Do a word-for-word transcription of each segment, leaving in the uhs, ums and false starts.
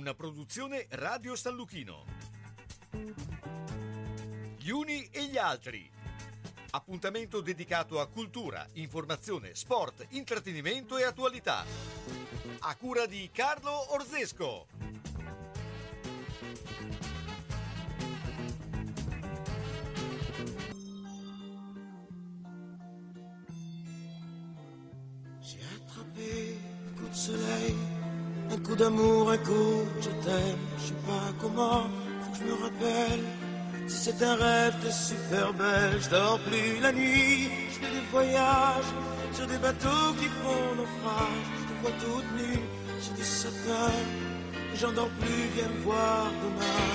una produzione Radio San Luchino. Gli uni e gli altri. Appuntamento dedicato a cultura, informazione, sport, intrattenimento e attualità. A cura di Carlo Orzesco. J'ai attrapé un coup de soleil, un coup d'amour, un coup je t'aime. Je sais pas comment, faut que je me rappelle. Si c'est un rêve, t'es super belle. Je dors plus la nuit, je fais des voyages sur des bateaux qui font naufrage. Je te vois toute nue sur du satin, et j'en dors plus, viens me voir demain.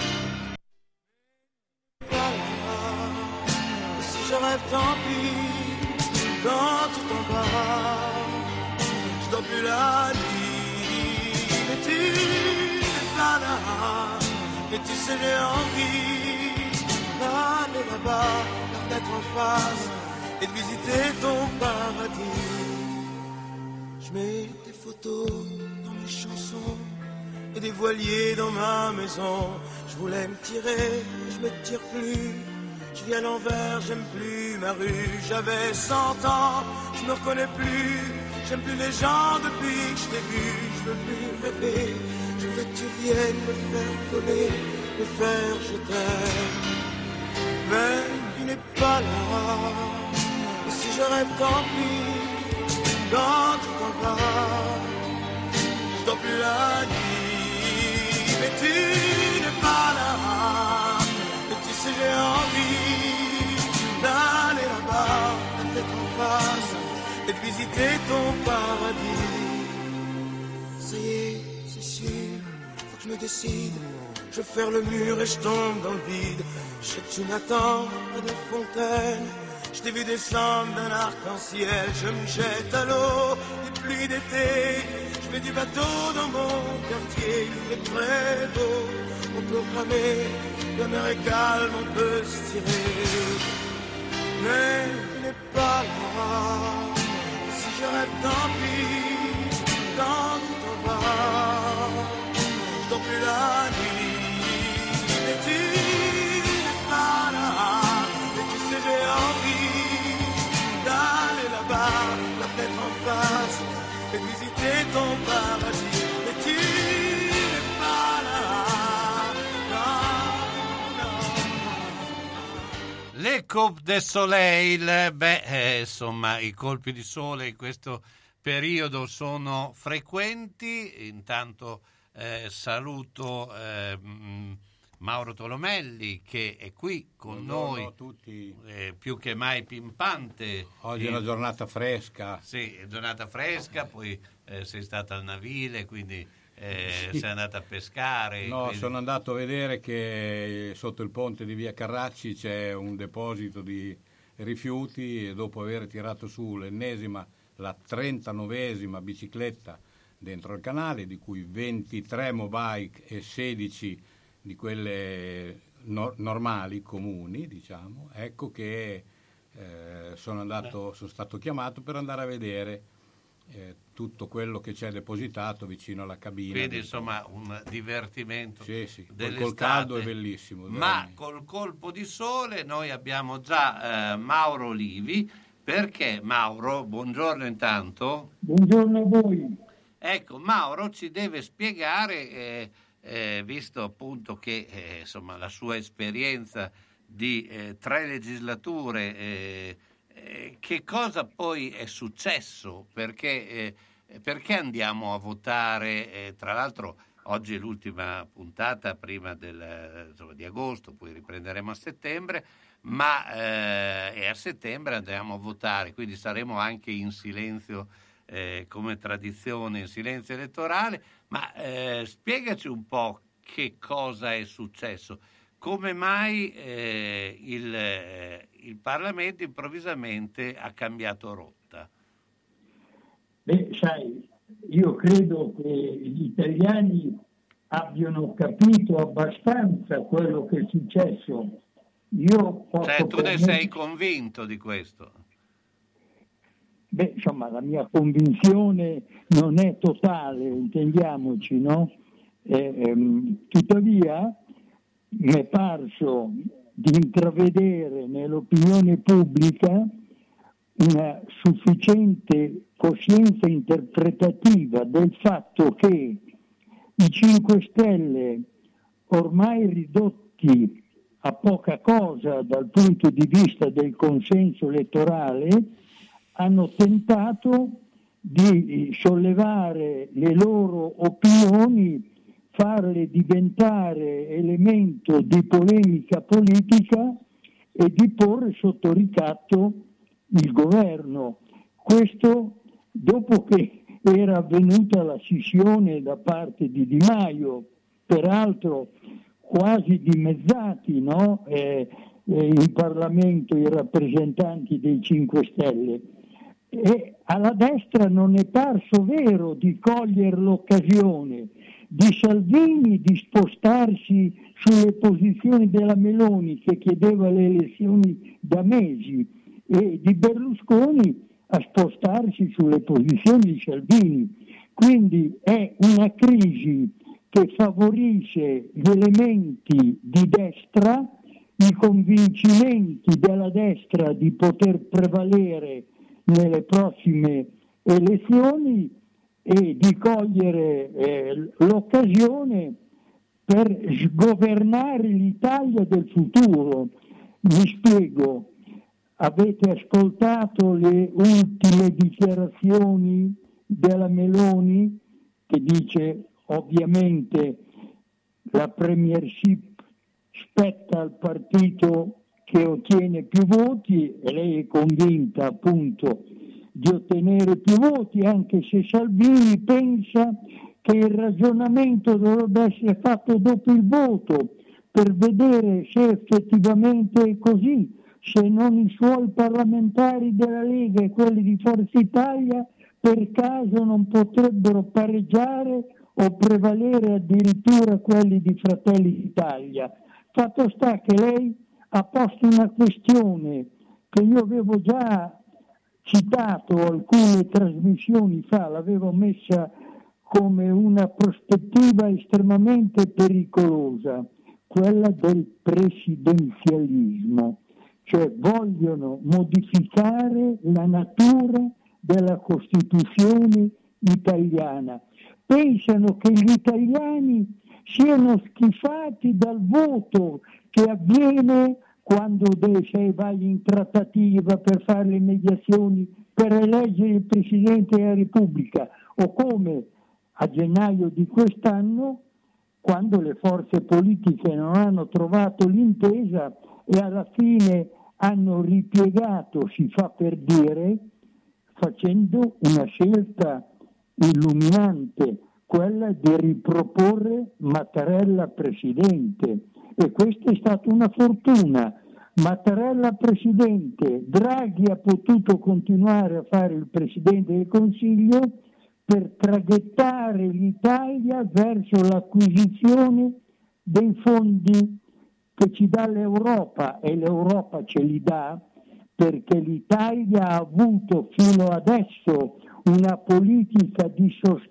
Voilà. Et si je rêve, tant pis, dans tout embarras, je dors plus la nuit. Mais tu es pas là, et tu sais j'ai envie d'aller là-bas, la fenêtre en face, et de visiter ton paradis. Je mets des photos dans mes chansons et des voiliers dans ma maison. Je voulais me tirer, je me tire plus. Je vis à l'envers, j'aime plus ma rue. J'avais cent ans, je me reconnais plus. J'aime plus les gens depuis que je t'ai vu. Je veux plus rêver, je veux que tu viennes me faire voler, me faire je t'aime. Mais il n'est pas là. Et si je rêve, tant pis, dans tout en bas, je dors plus la nuit. Mais tu n'es pas là. Et tu sais j'ai envie d'aller là-bas, la tête en face, et de visiter ton paradis. Ça y est, c'est sûr, faut que je me décide. Je vais faire le mur et je tombe dans le vide. Je sais que tu m'attends près de fontaine. Je t'ai vu descendre d'un arc-en-ciel. Je me jette à l'eau des pluies d'été. Je fais du bateau dans mon quartier. Il est très beau, on peut cramer. La mer est calme, on peut se tirer. Mais il n'est pas là. Si je rêve, tant pis, dans tout en bas, je dors plus la nuit. Mais tu n'es pas là. Et tu sais j'ai envie d'aller là-bas, la tête en face, et de visiter ton paradis. Mais tu n'es pas là. Non, non. Le Coupe de Soleil, beh, eh, insomma, i colpi di sole in questo periodo sono frequenti. Intanto eh, saluto eh, Mauro Tolomelli che è qui con Buongiorno noi, a tutti. Eh, più che mai pimpante. Oggi è una giornata fresca. Sì, è giornata fresca, poi eh, sei stata al Navile, quindi eh, Sì. sei andata a pescare. No, quindi... sono andato a vedere che sotto il ponte di via Carracci c'è un deposito di rifiuti e dopo aver tirato su l'ennesima, la trentanovesima bicicletta dentro il canale, di cui ventitré mobike e sedici di quelle no- normali, comuni, diciamo, ecco che eh, sono andato, sono stato chiamato per andare a vedere eh, tutto quello che c'è depositato vicino alla cabina. Quindi insomma un divertimento. Sì, sì, dell'estate. col caldo è bellissimo. Ma veramente. col colpo di sole noi abbiamo già eh, Mauro Livi. Perché Mauro, buongiorno intanto. Buongiorno a voi. Ecco, Mauro ci deve spiegare, eh, eh, visto appunto che eh, insomma la sua esperienza di eh, tre legislature, eh, eh, che cosa poi è successo, perché, eh, perché andiamo a votare, eh, tra l'altro oggi è l'ultima puntata prima del, insomma, di agosto, poi riprenderemo a settembre, ma eh, e a settembre andiamo a votare, quindi saremo anche in silenzio, eh, come tradizione, in silenzio elettorale, ma eh, spiegaci un po' che cosa è successo, come mai eh, il, eh, il Parlamento improvvisamente ha cambiato rotta. Beh, sai, io credo che gli italiani abbiano capito abbastanza quello che è successo. Io cioè tu ne me... sei convinto di questo? Beh, insomma, la mia convinzione non è totale, intendiamoci, no? Eh, ehm, tuttavia mi è parso di intravedere nell'opinione pubblica una sufficiente coscienza interpretativa del fatto che i cinque Stelle, ormai ridotti a poca cosa dal punto di vista del consenso elettorale, hanno tentato di sollevare le loro opinioni, farle diventare elemento di polemica politica e di porre sotto ricatto il governo. Questo dopo che era avvenuta la scissione da parte di Di Maio, peraltro quasi dimezzati, no? eh, eh, in Parlamento i rappresentanti dei cinque Stelle. E alla destra non è parso vero di cogliere l'occasione di Salvini di spostarsi sulle posizioni della Meloni, che chiedeva le elezioni da mesi, e di Berlusconi a spostarsi sulle posizioni di Salvini. Quindi è una crisi che favorisce gli elementi di destra, i convincimenti della destra di poter prevalere nelle prossime elezioni e di cogliere eh, l'occasione per sgovernare l'Italia del futuro. Mi spiego, avete ascoltato le ultime dichiarazioni della Meloni che dice ovviamente la premiership spetta al partito che ottiene più voti e lei è convinta appunto di ottenere più voti, anche se Salvini pensa che il ragionamento dovrebbe essere fatto dopo il voto per vedere se effettivamente è così, se non i suoi parlamentari della Lega e quelli di Forza Italia per caso non potrebbero pareggiare o prevalere addirittura quelli di Fratelli d'Italia. Fatto sta che lei ha posto una questione che io avevo già citato alcune trasmissioni fa, l'avevo messa come una prospettiva estremamente pericolosa, quella del presidenzialismo, cioè vogliono modificare la natura della Costituzione italiana. Pensano che gli italiani siano schifati dal voto che avviene quando se vai in trattativa per fare le mediazioni per eleggere il Presidente della Repubblica, o come a gennaio di quest'anno, quando le forze politiche non hanno trovato l'intesa e alla fine hanno ripiegato, si fa per dire, facendo una scelta illuminante, quella di riproporre Mattarella Presidente. E questa è stata una fortuna. Mattarella Presidente, Draghi ha potuto continuare a fare il Presidente del Consiglio per traghettare l'Italia verso l'acquisizione dei fondi che ci dà l'Europa, e l'Europa ce li dà perché l'Italia ha avuto fino adesso una politica di sostegno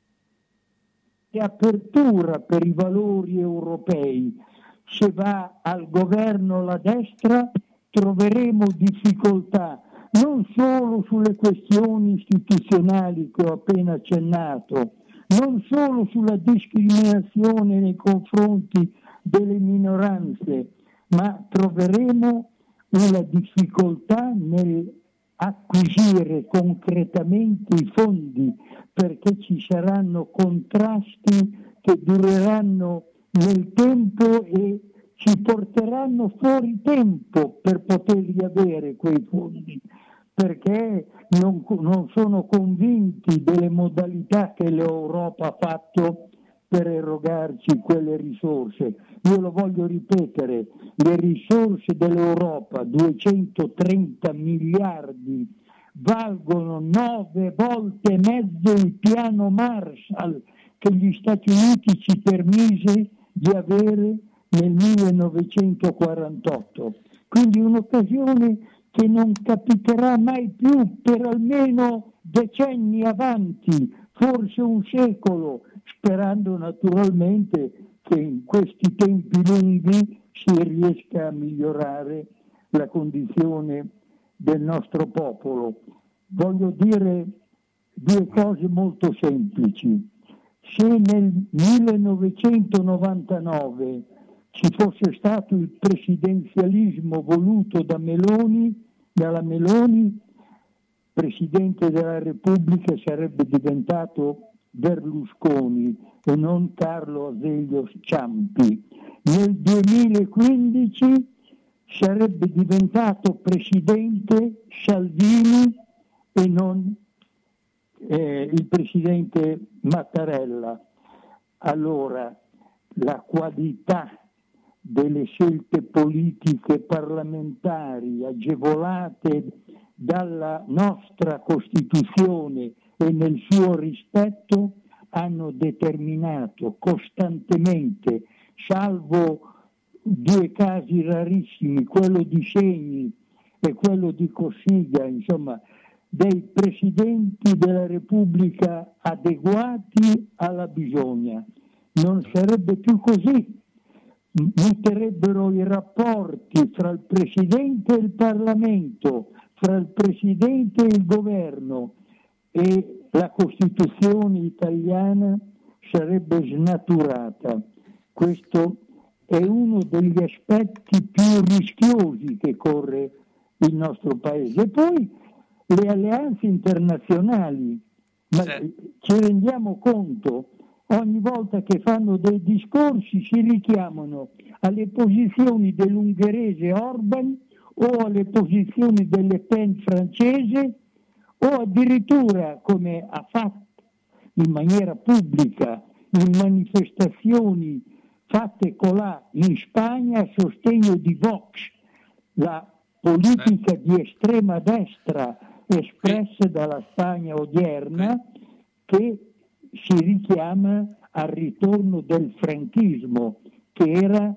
e apertura per i valori europei. Se va al governo la destra troveremo difficoltà non solo sulle questioni istituzionali che ho appena accennato, non solo sulla discriminazione nei confronti delle minoranze, ma troveremo una difficoltà nel acquisire concretamente i fondi, perché ci saranno contrasti che dureranno nel tempo e ci porteranno fuori tempo per poterli avere quei fondi, perché non, non sono convinti delle modalità che l'Europa ha fatto per erogarci quelle risorse. Io lo voglio ripetere, le risorse dell'Europa, duecentotrenta miliardi, valgono nove volte e mezzo il piano Marshall che gli Stati Uniti ci permise di avere nel millenovecentoquarantotto. Quindi un'occasione che non capiterà mai più per almeno decenni avanti, forse un secolo, sperando naturalmente che in questi tempi lunghi si riesca a migliorare la condizione del nostro popolo. Voglio dire due cose molto semplici. Se nel millenovecentonovantanove ci fosse stato il presidenzialismo voluto da Meloni, dalla Meloni, Presidente della Repubblica sarebbe diventato Berlusconi e non Carlo Azeglio Ciampi. Nel duemilaquindici sarebbe diventato Presidente Salvini e non eh, il Presidente Mattarella. Allora, la qualità delle scelte politiche parlamentari agevolate dalla nostra Costituzione e nel suo rispetto hanno determinato costantemente, salvo due casi rarissimi, quello di Segni e quello di Cossiga, insomma, dei presidenti della Repubblica adeguati alla bisogna. Non sarebbe più così. Muterebbero i rapporti fra il Presidente e il Parlamento, fra il Presidente e il Governo, e la Costituzione italiana sarebbe snaturata. Questo è uno degli aspetti più rischiosi che corre il nostro Paese. E poi le alleanze internazionali, ma sì. Ci rendiamo conto? Ogni volta che fanno dei discorsi si richiamano alle posizioni dell'ungherese Orban o alle posizioni del Le Pen francese, o addirittura, come ha fatto in maniera pubblica in manifestazioni fatte colà in Spagna a sostegno di Vox, la politica di estrema destra espressa dalla Spagna odierna, che si richiama al ritorno del franchismo, che era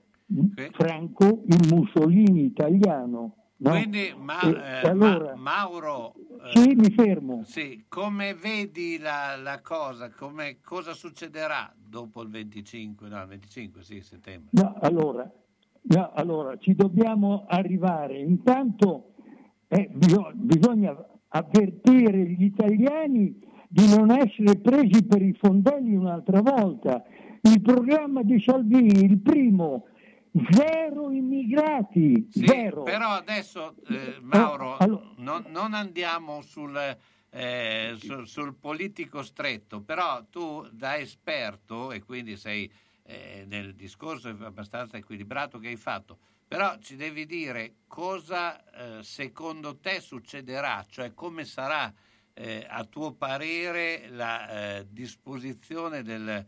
Franco il Mussolini italiano. No? Quindi, ma, e, eh, allora, ma, Mauro, eh, sì, mi fermo. Sì, come vedi la, la cosa? Come, cosa succederà dopo il venticinque? No, il venticinque, sì, settembre. No, allora, no, allora ci dobbiamo arrivare. Intanto eh, bisogna, bisogna avvertire gli italiani di non essere presi per i fondelli un'altra volta. Il programma di Salvini, il primo, zero immigrati, sì, zero. Però adesso, eh, Mauro, oh, allora, non, non andiamo sul, eh, sul, sul politico stretto, però tu da esperto, e quindi sei eh, nel discorso abbastanza equilibrato che hai fatto, però ci devi dire cosa eh, secondo te succederà, cioè come sarà Eh, a tuo parere la eh, disposizione del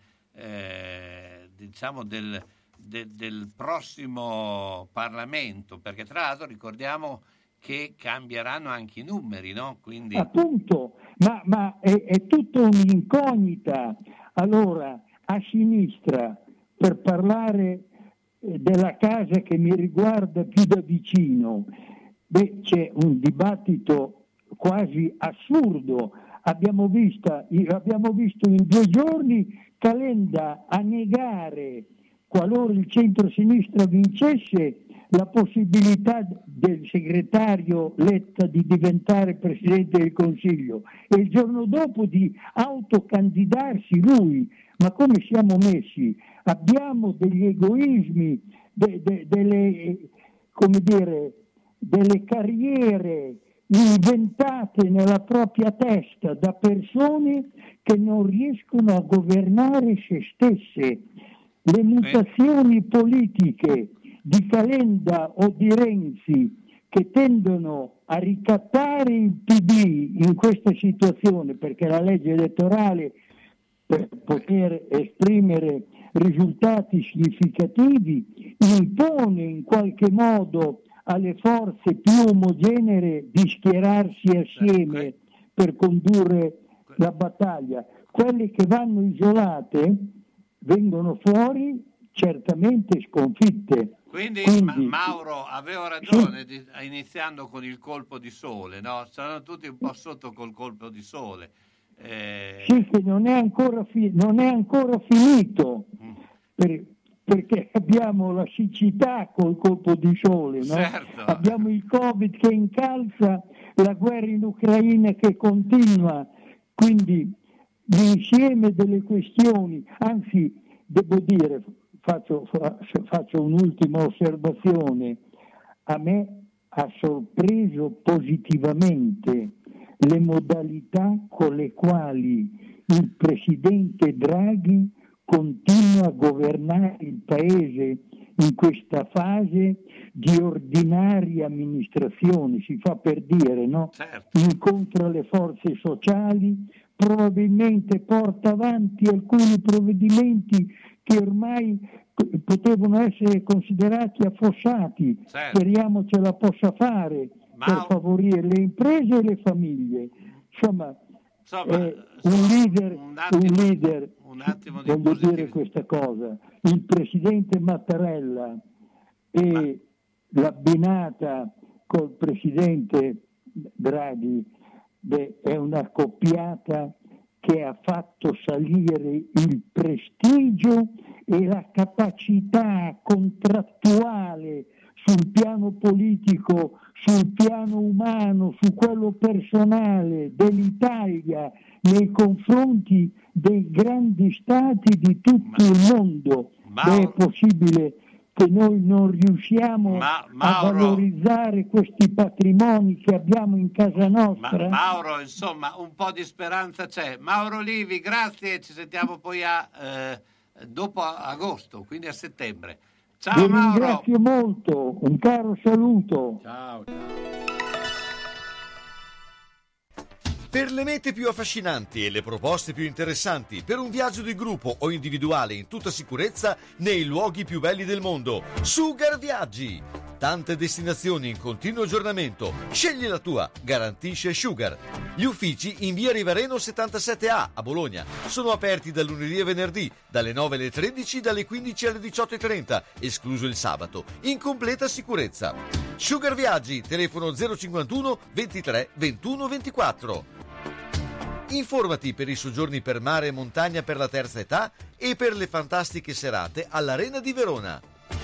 eh, diciamo del, de, del prossimo Parlamento, perché tra l'altro ricordiamo che cambieranno anche i numeri, no? Quindi appunto, ma, ma è, è tutta un'incognita. Allora, a sinistra, per parlare eh, della casa che mi riguarda più da vicino, beh, c'è un dibattito quasi assurdo. Abbiamo, vista, abbiamo visto in due giorni Calenda a negare, qualora il centro-sinistra vincesse, la possibilità del segretario Letta di diventare Presidente del Consiglio, e il giorno dopo di autocandidarsi lui. Ma come siamo messi? Abbiamo degli egoismi, de, de, delle, come dire, delle carriere inventate nella propria testa da persone che non riescono a governare se stesse. Le mutazioni politiche di Calenda o di Renzi, che tendono a ricattare il P D in questa situazione, perché la legge elettorale, per poter esprimere risultati significativi, impone in qualche modo alle forze più omogenee di schierarsi assieme per condurre la battaglia. Quelle che vanno isolate vengono fuori certamente sconfitte. Quindi, Quindi Ma- Mauro aveva ragione, sì, di, iniziando con il colpo di sole, no? Sono tutti un po' sotto col colpo di sole. Eh... Sì, che non è ancora, fi- non è ancora finito, Mm. per- perché abbiamo la siccità col colpo di sole, no? Certo. Abbiamo il Covid che incalza, la guerra in Ucraina che continua, quindi l'insieme delle questioni, anzi devo dire, faccio, fa- faccio un'ultima osservazione, a me ha sorpreso positivamente le modalità con le quali il presidente Draghi continua a governare il paese in questa fase di ordinaria amministrazione, si fa per dire, no? Certo. Incontra le forze sociali, probabilmente porta avanti alcuni provvedimenti che ormai potevano essere considerati affossati. Certo. Speriamo ce la possa fare Ma- per favorire le imprese e le famiglie. Insomma, Insomma, è un leader, un un attimo, leader, un attimo di voglio positività. dire questa cosa, il presidente Mattarella e l'abbinata col presidente Draghi, beh, è una coppiata che ha fatto salire il prestigio e la capacità contrattuale sul piano politico, sul piano umano, su quello personale dell'Italia nei confronti dei grandi stati di tutto il mondo. Ma- Beh, è possibile che noi non riusciamo Ma- a Mauro- valorizzare questi patrimoni che abbiamo in casa Ma, nostra? Mauro, insomma, un po' di speranza c'è. Mauro Livi, grazie, ci sentiamo poi a eh, dopo agosto, quindi a settembre. Ciao Vi Mauro. ringrazio molto, un caro saluto. Ciao, ciao. Per le mete più affascinanti e le proposte più interessanti per un viaggio di gruppo o individuale in tutta sicurezza nei luoghi più belli del mondo, Sugar Viaggi. Tante destinazioni in continuo aggiornamento. Scegli la tua, garantisce Sugar. Gli uffici in via Rivareno settantasette A a Bologna sono aperti da lunedì a venerdì, dalle nove alle tredici, dalle quindici alle diciotto e trenta, escluso il sabato, in completa sicurezza. Sugar Viaggi, telefono zero cinquantuno ventitré ventuno ventiquattro. Informati per i soggiorni per mare e montagna per la terza età e per le fantastiche serate all'Arena di Verona.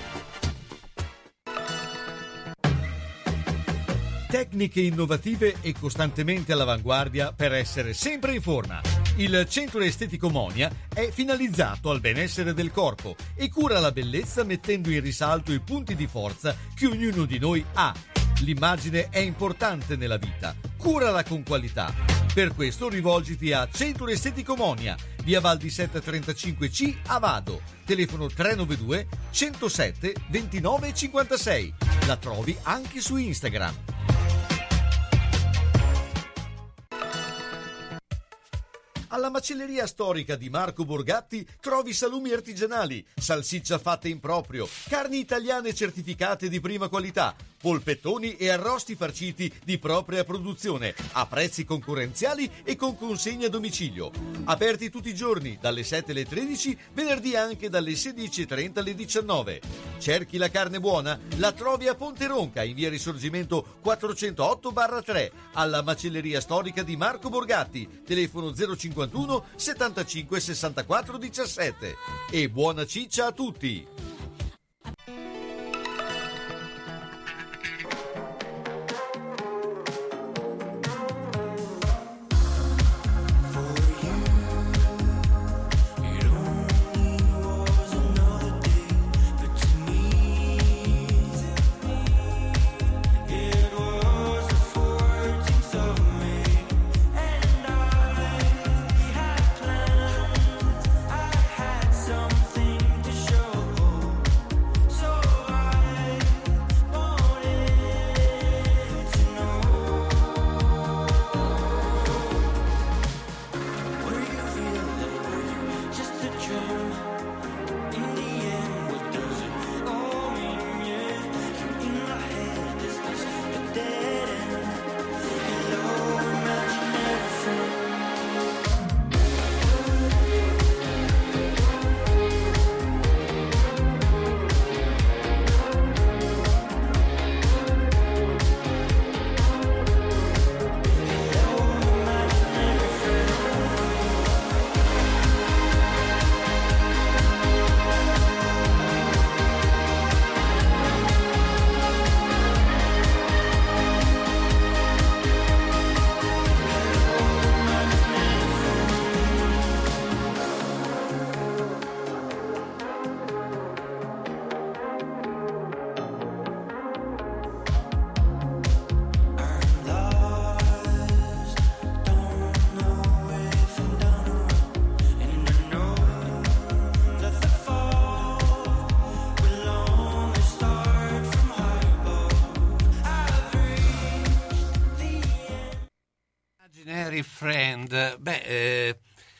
Tecniche innovative e costantemente all'avanguardia per essere sempre in forma. Il Centro Estetico Monia è finalizzato al benessere del corpo e cura la bellezza mettendo in risalto i punti di forza che ognuno di noi ha. L'immagine è importante nella vita, curala con qualità. Per questo rivolgiti a Centro Estetico Monia, via Val di Setta trentacinque C a Vado, telefono tre nove due centosette ventinove cinquantasei. La trovi anche su Instagram. Alla macelleria storica di Marco Borgatti trovi salumi artigianali, salsiccia fatta in proprio, carni italiane certificate di prima qualità, polpettoni e arrosti farciti di propria produzione, a prezzi concorrenziali e con consegna a domicilio. Aperti tutti i giorni, dalle sette alle tredici, venerdì anche dalle sedici e trenta alle diciannove. Cerchi la carne buona? La trovi a Ponte Ronca, in via Risorgimento quattrocentootto tre, alla macelleria storica di Marco Borgatti, telefono zero cinquantuno settantacinque sessantaquattro diciassette. E buona ciccia a tutti! Something to show. Imaginary Friend, beh, eh,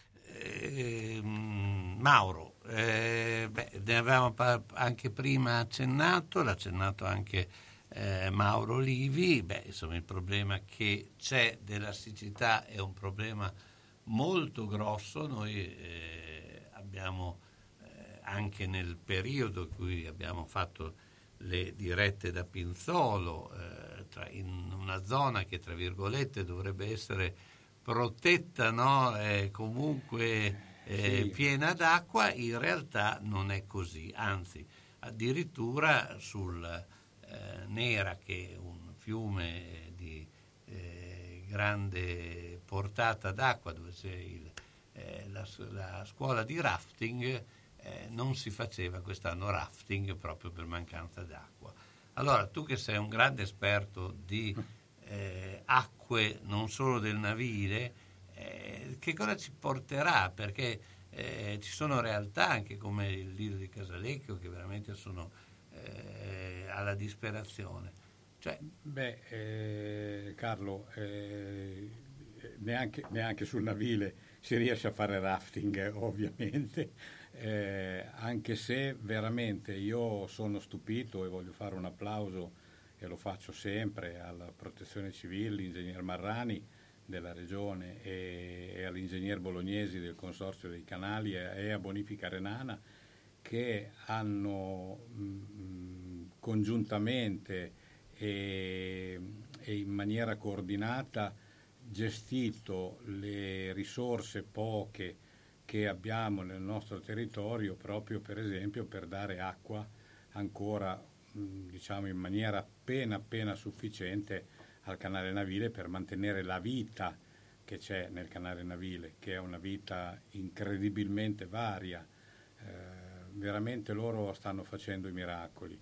eh, Mauro, eh, beh, ne avevamo pa- anche prima accennato, l'ha accennato anche eh, Mauro Livi, beh, insomma il problema che c'è della siccità è un problema molto grosso, noi eh, abbiamo eh, anche nel periodo in cui abbiamo fatto le dirette da Pinzolo, eh, tra, in una zona che tra virgolette dovrebbe essere protetta, no? Eh, comunque eh, Sì. piena d'acqua, in realtà non è così, anzi addirittura sul eh, Nera, che è un fiume di eh, grande portata d'acqua dove c'è il, eh, la, la scuola di rafting, Eh, non si faceva quest'anno rafting proprio per mancanza d'acqua. Allora, tu che sei un grande esperto di eh, acque, non solo del Navire, eh, che cosa ci porterà? Perché eh, ci sono realtà anche come il Lido di Casalecchio che veramente sono eh, alla disperazione. Cioè, Beh, eh, Carlo, eh, neanche, neanche sul Navile si riesce a fare rafting, eh, ovviamente. Eh, anche se veramente io sono stupito e voglio fare un applauso, e lo faccio sempre, alla Protezione Civile, l'ingegner Marrani della Regione e, e all'ingegner Bolognesi del Consorzio dei Canali e, e a Bonifica Renana, che hanno mh, congiuntamente e, e in maniera coordinata gestito le risorse poche che abbiamo nel nostro territorio, proprio per esempio per dare acqua ancora mh, diciamo in maniera appena appena sufficiente al canale Navile, per mantenere la vita che c'è nel canale Navile, che è una vita incredibilmente varia. Eh, veramente loro stanno facendo i miracoli.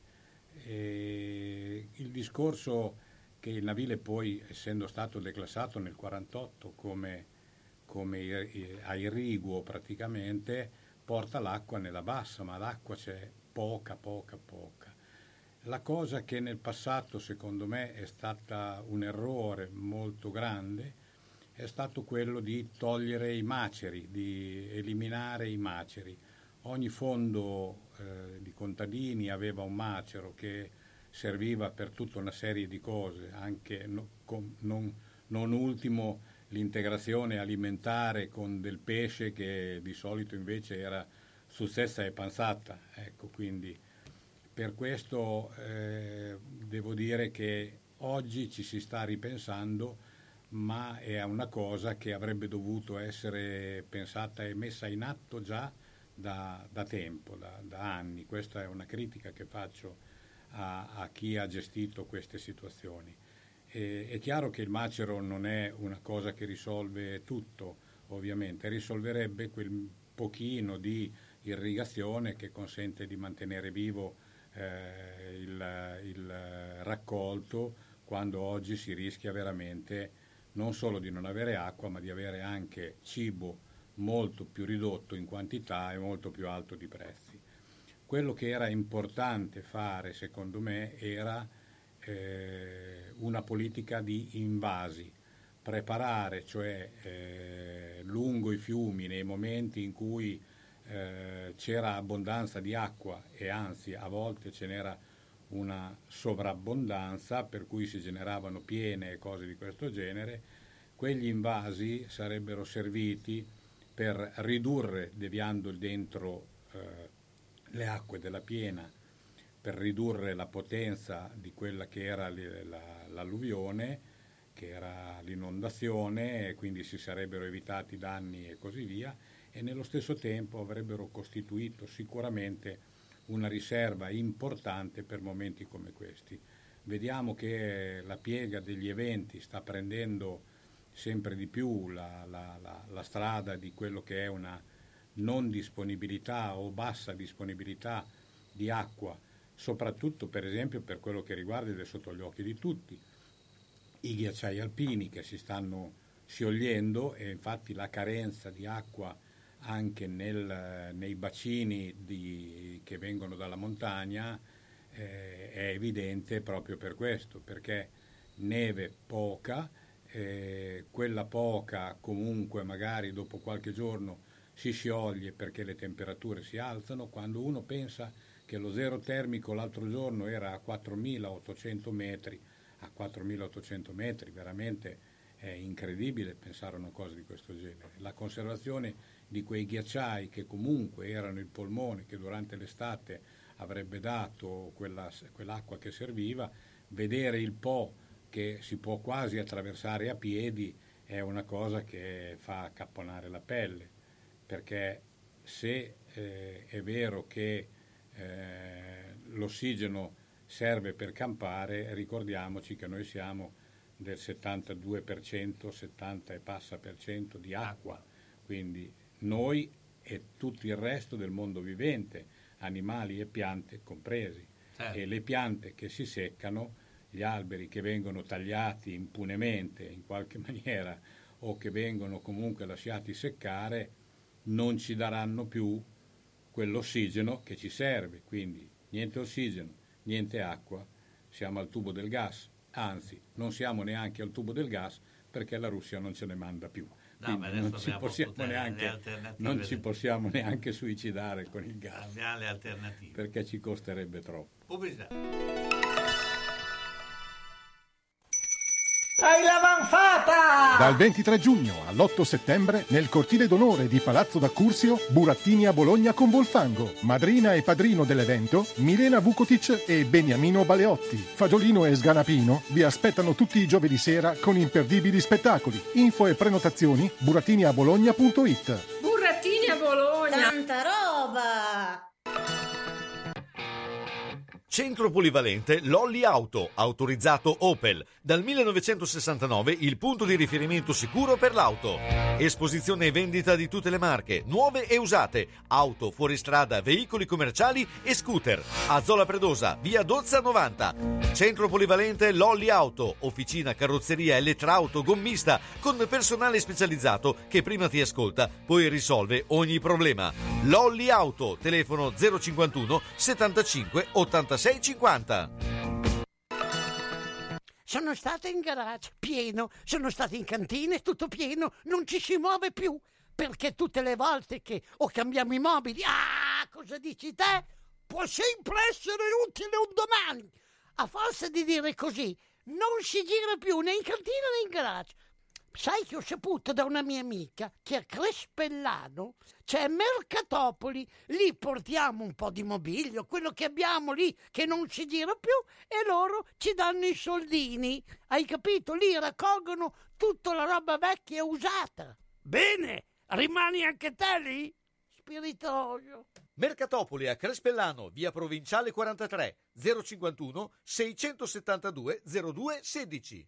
E il discorso che il Navile poi, essendo stato declassato nel quarantotto come come a irriguo praticamente, porta l'acqua nella bassa, ma l'acqua c'è poca, poca, poca. La cosa che nel passato secondo me è stata un errore molto grande è stato quello di togliere i maceri, di eliminare i maceri. Ogni fondo eh, di contadini aveva un macero che serviva per tutta una serie di cose, anche no, con, non, non ultimo l'integrazione alimentare con del pesce che di solito invece era sussessa e panzata. Ecco, quindi per questo eh, devo dire che oggi ci si sta ripensando, ma è una cosa che avrebbe dovuto essere pensata e messa in atto già da, da tempo, da, da anni. Questa è una critica che faccio a, a chi ha gestito queste situazioni. E, è chiaro che il macero non è una cosa che risolve tutto, ovviamente, risolverebbe quel pochino di irrigazione che consente di mantenere vivo eh, il, il raccolto, quando oggi si rischia veramente non solo di non avere acqua, ma di avere anche cibo molto più ridotto in quantità e molto più alto di prezzi. Quello che era importante fare, secondo me, era eh, una politica di invasi, preparare, cioè eh, lungo i fiumi, nei momenti in cui eh, c'era abbondanza di acqua, e anzi a volte ce n'era una sovrabbondanza, per cui si generavano piene e cose di questo genere, quegli invasi sarebbero serviti per ridurre, deviando dentro eh, le acque della piena, per ridurre la potenza di quella che era la, l'alluvione, che era l'inondazione, e quindi si sarebbero evitati danni e così via, e nello stesso tempo avrebbero costituito sicuramente una riserva importante per momenti come questi. Vediamo che la piega degli eventi sta prendendo sempre di più la, la, la, la strada di quello che è una non disponibilità o bassa disponibilità di acqua, soprattutto per esempio per quello che riguarda, ed è sotto gli occhi di tutti, i ghiacciai alpini che si stanno sciogliendo, e infatti la carenza di acqua anche nel, nei bacini di, che vengono dalla montagna eh, è evidente proprio per questo, perché neve poca, eh, quella poca comunque magari dopo qualche giorno si scioglie perché le temperature si alzano. Quando uno pensa che lo zero termico l'altro giorno era a quattromilaottocento metri, a quattromilaottocento metri veramente è incredibile pensare a una cosa di questo genere. La conservazione di quei ghiacciai che comunque erano il polmone che durante l'estate avrebbe dato quella, quell'acqua che serviva, vedere il Po che si può quasi attraversare a piedi è una cosa che fa accapponare la pelle, perché se eh, è vero che eh, l'ossigeno serve per campare, ricordiamoci che noi siamo del settantadue per cento, settanta e passa per cento di acqua, quindi noi e tutto il resto del mondo vivente, animali e piante compresi. Certo. E le piante che si seccano, gli alberi che vengono tagliati impunemente in qualche maniera o che vengono comunque lasciati seccare, non ci daranno più quell'ossigeno che ci serve. Quindi niente ossigeno, niente acqua, siamo al tubo del gas. Anzi, non siamo neanche al tubo del gas perché la Russia non ce ne manda più. No, non, ci possiamo, neanche, non ci possiamo neanche suicidare con il gas. Abbiamo le alternative. Perché ci costerebbe troppo. Pubblicità. Hai l'avanfata! Dal ventitré giugno all'otto settembre nel cortile d'onore di Palazzo d'Accursio, Burattini a Bologna con Volfango. Madrina e padrino dell'evento Milena Vukotic e Beniamino Baleotti. Fagiolino e Sganapino vi aspettano tutti i giovedì sera con imperdibili spettacoli. Info e prenotazioni burattiniabologna punto it. Burattini a Bologna! Tanta roba! Centro polivalente Lolli Auto, autorizzato Opel. Dal millenovecentosessantanove il punto di riferimento sicuro per l'auto. Esposizione e vendita di tutte le marche, nuove e usate. Auto, fuoristrada, veicoli commerciali e scooter. A Zola Predosa, via Dozza novanta. Centro polivalente Lolli Auto, officina, carrozzeria, elettrauto, gommista, con personale specializzato che prima ti ascolta, poi risolve ogni problema. Lolli Auto, telefono zero cinquantuno settantacinque ottantasei cinquanta. Sono stata in garage, pieno, sono stata in cantina, tutto pieno, non ci si muove più, perché tutte le volte che o cambiamo i mobili, ah, cosa dici te? Può sempre essere utile un domani. A forza di dire così, non si gira più né in cantina né in garage. Sai che ho saputo da una mia amica che a Crespellano c'è Mercatopoli, lì portiamo un po' di mobilio, quello che abbiamo lì che non si gira più, e loro ci danno i soldini, hai capito? Lì raccolgono tutta la roba vecchia e usata. Bene, rimani anche te lì? Spiritoso. Mercatopoli a Crespellano, via Provinciale quarantatré, zero cinquantuno seicentosettantadue zero due sedici.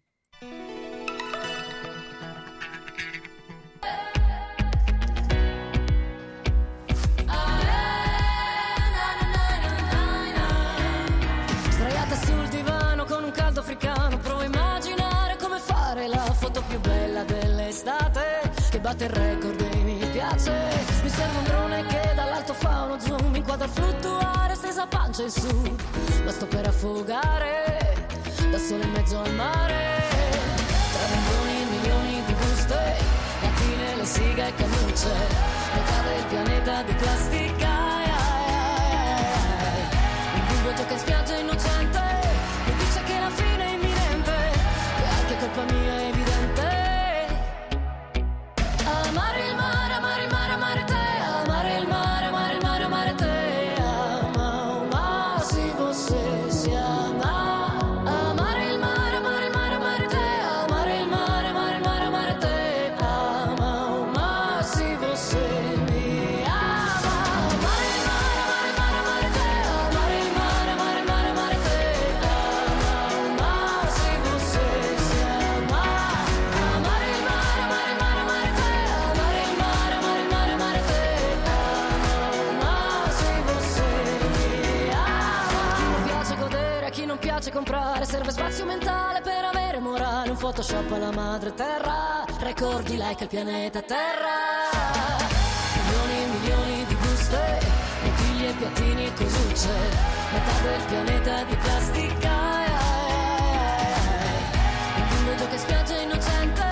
Africano, provo a immaginare come fare la foto più bella dell'estate, che batte il record e mi piace. Mi serve un drone che dall'alto fa uno zoom, inquadra fluttuare stesa a pancia in su, ma sto per affogare da solo in mezzo al mare, tra milioni e milioni di buste, lattine, le siga e cannucce, metà del pianeta di plastica. Il buio gioca in spiaggia innocente, che la fine è imminente, e anche colpa mia è evidente. Amare il mare, amare il mare, amare te, amare il mare, amare il mare, amare te, ama, ma si fosse si ama. Amare il mare, amare il mare, amare te, amare il mare, amare il mare, amare te, ama, ma si fosse mi ama. Amare il mare, amare il mare, amare te, amare il mare, amare il mare, amare te. Piace comprare, serve spazio mentale per avere morale, un Photoshop alla madre terra, record di like al pianeta terra, milioni e milioni di buste, bottiglie, piattini e cosucce, metà del pianeta di plastica, il mondo gioca in spiaggia innocente,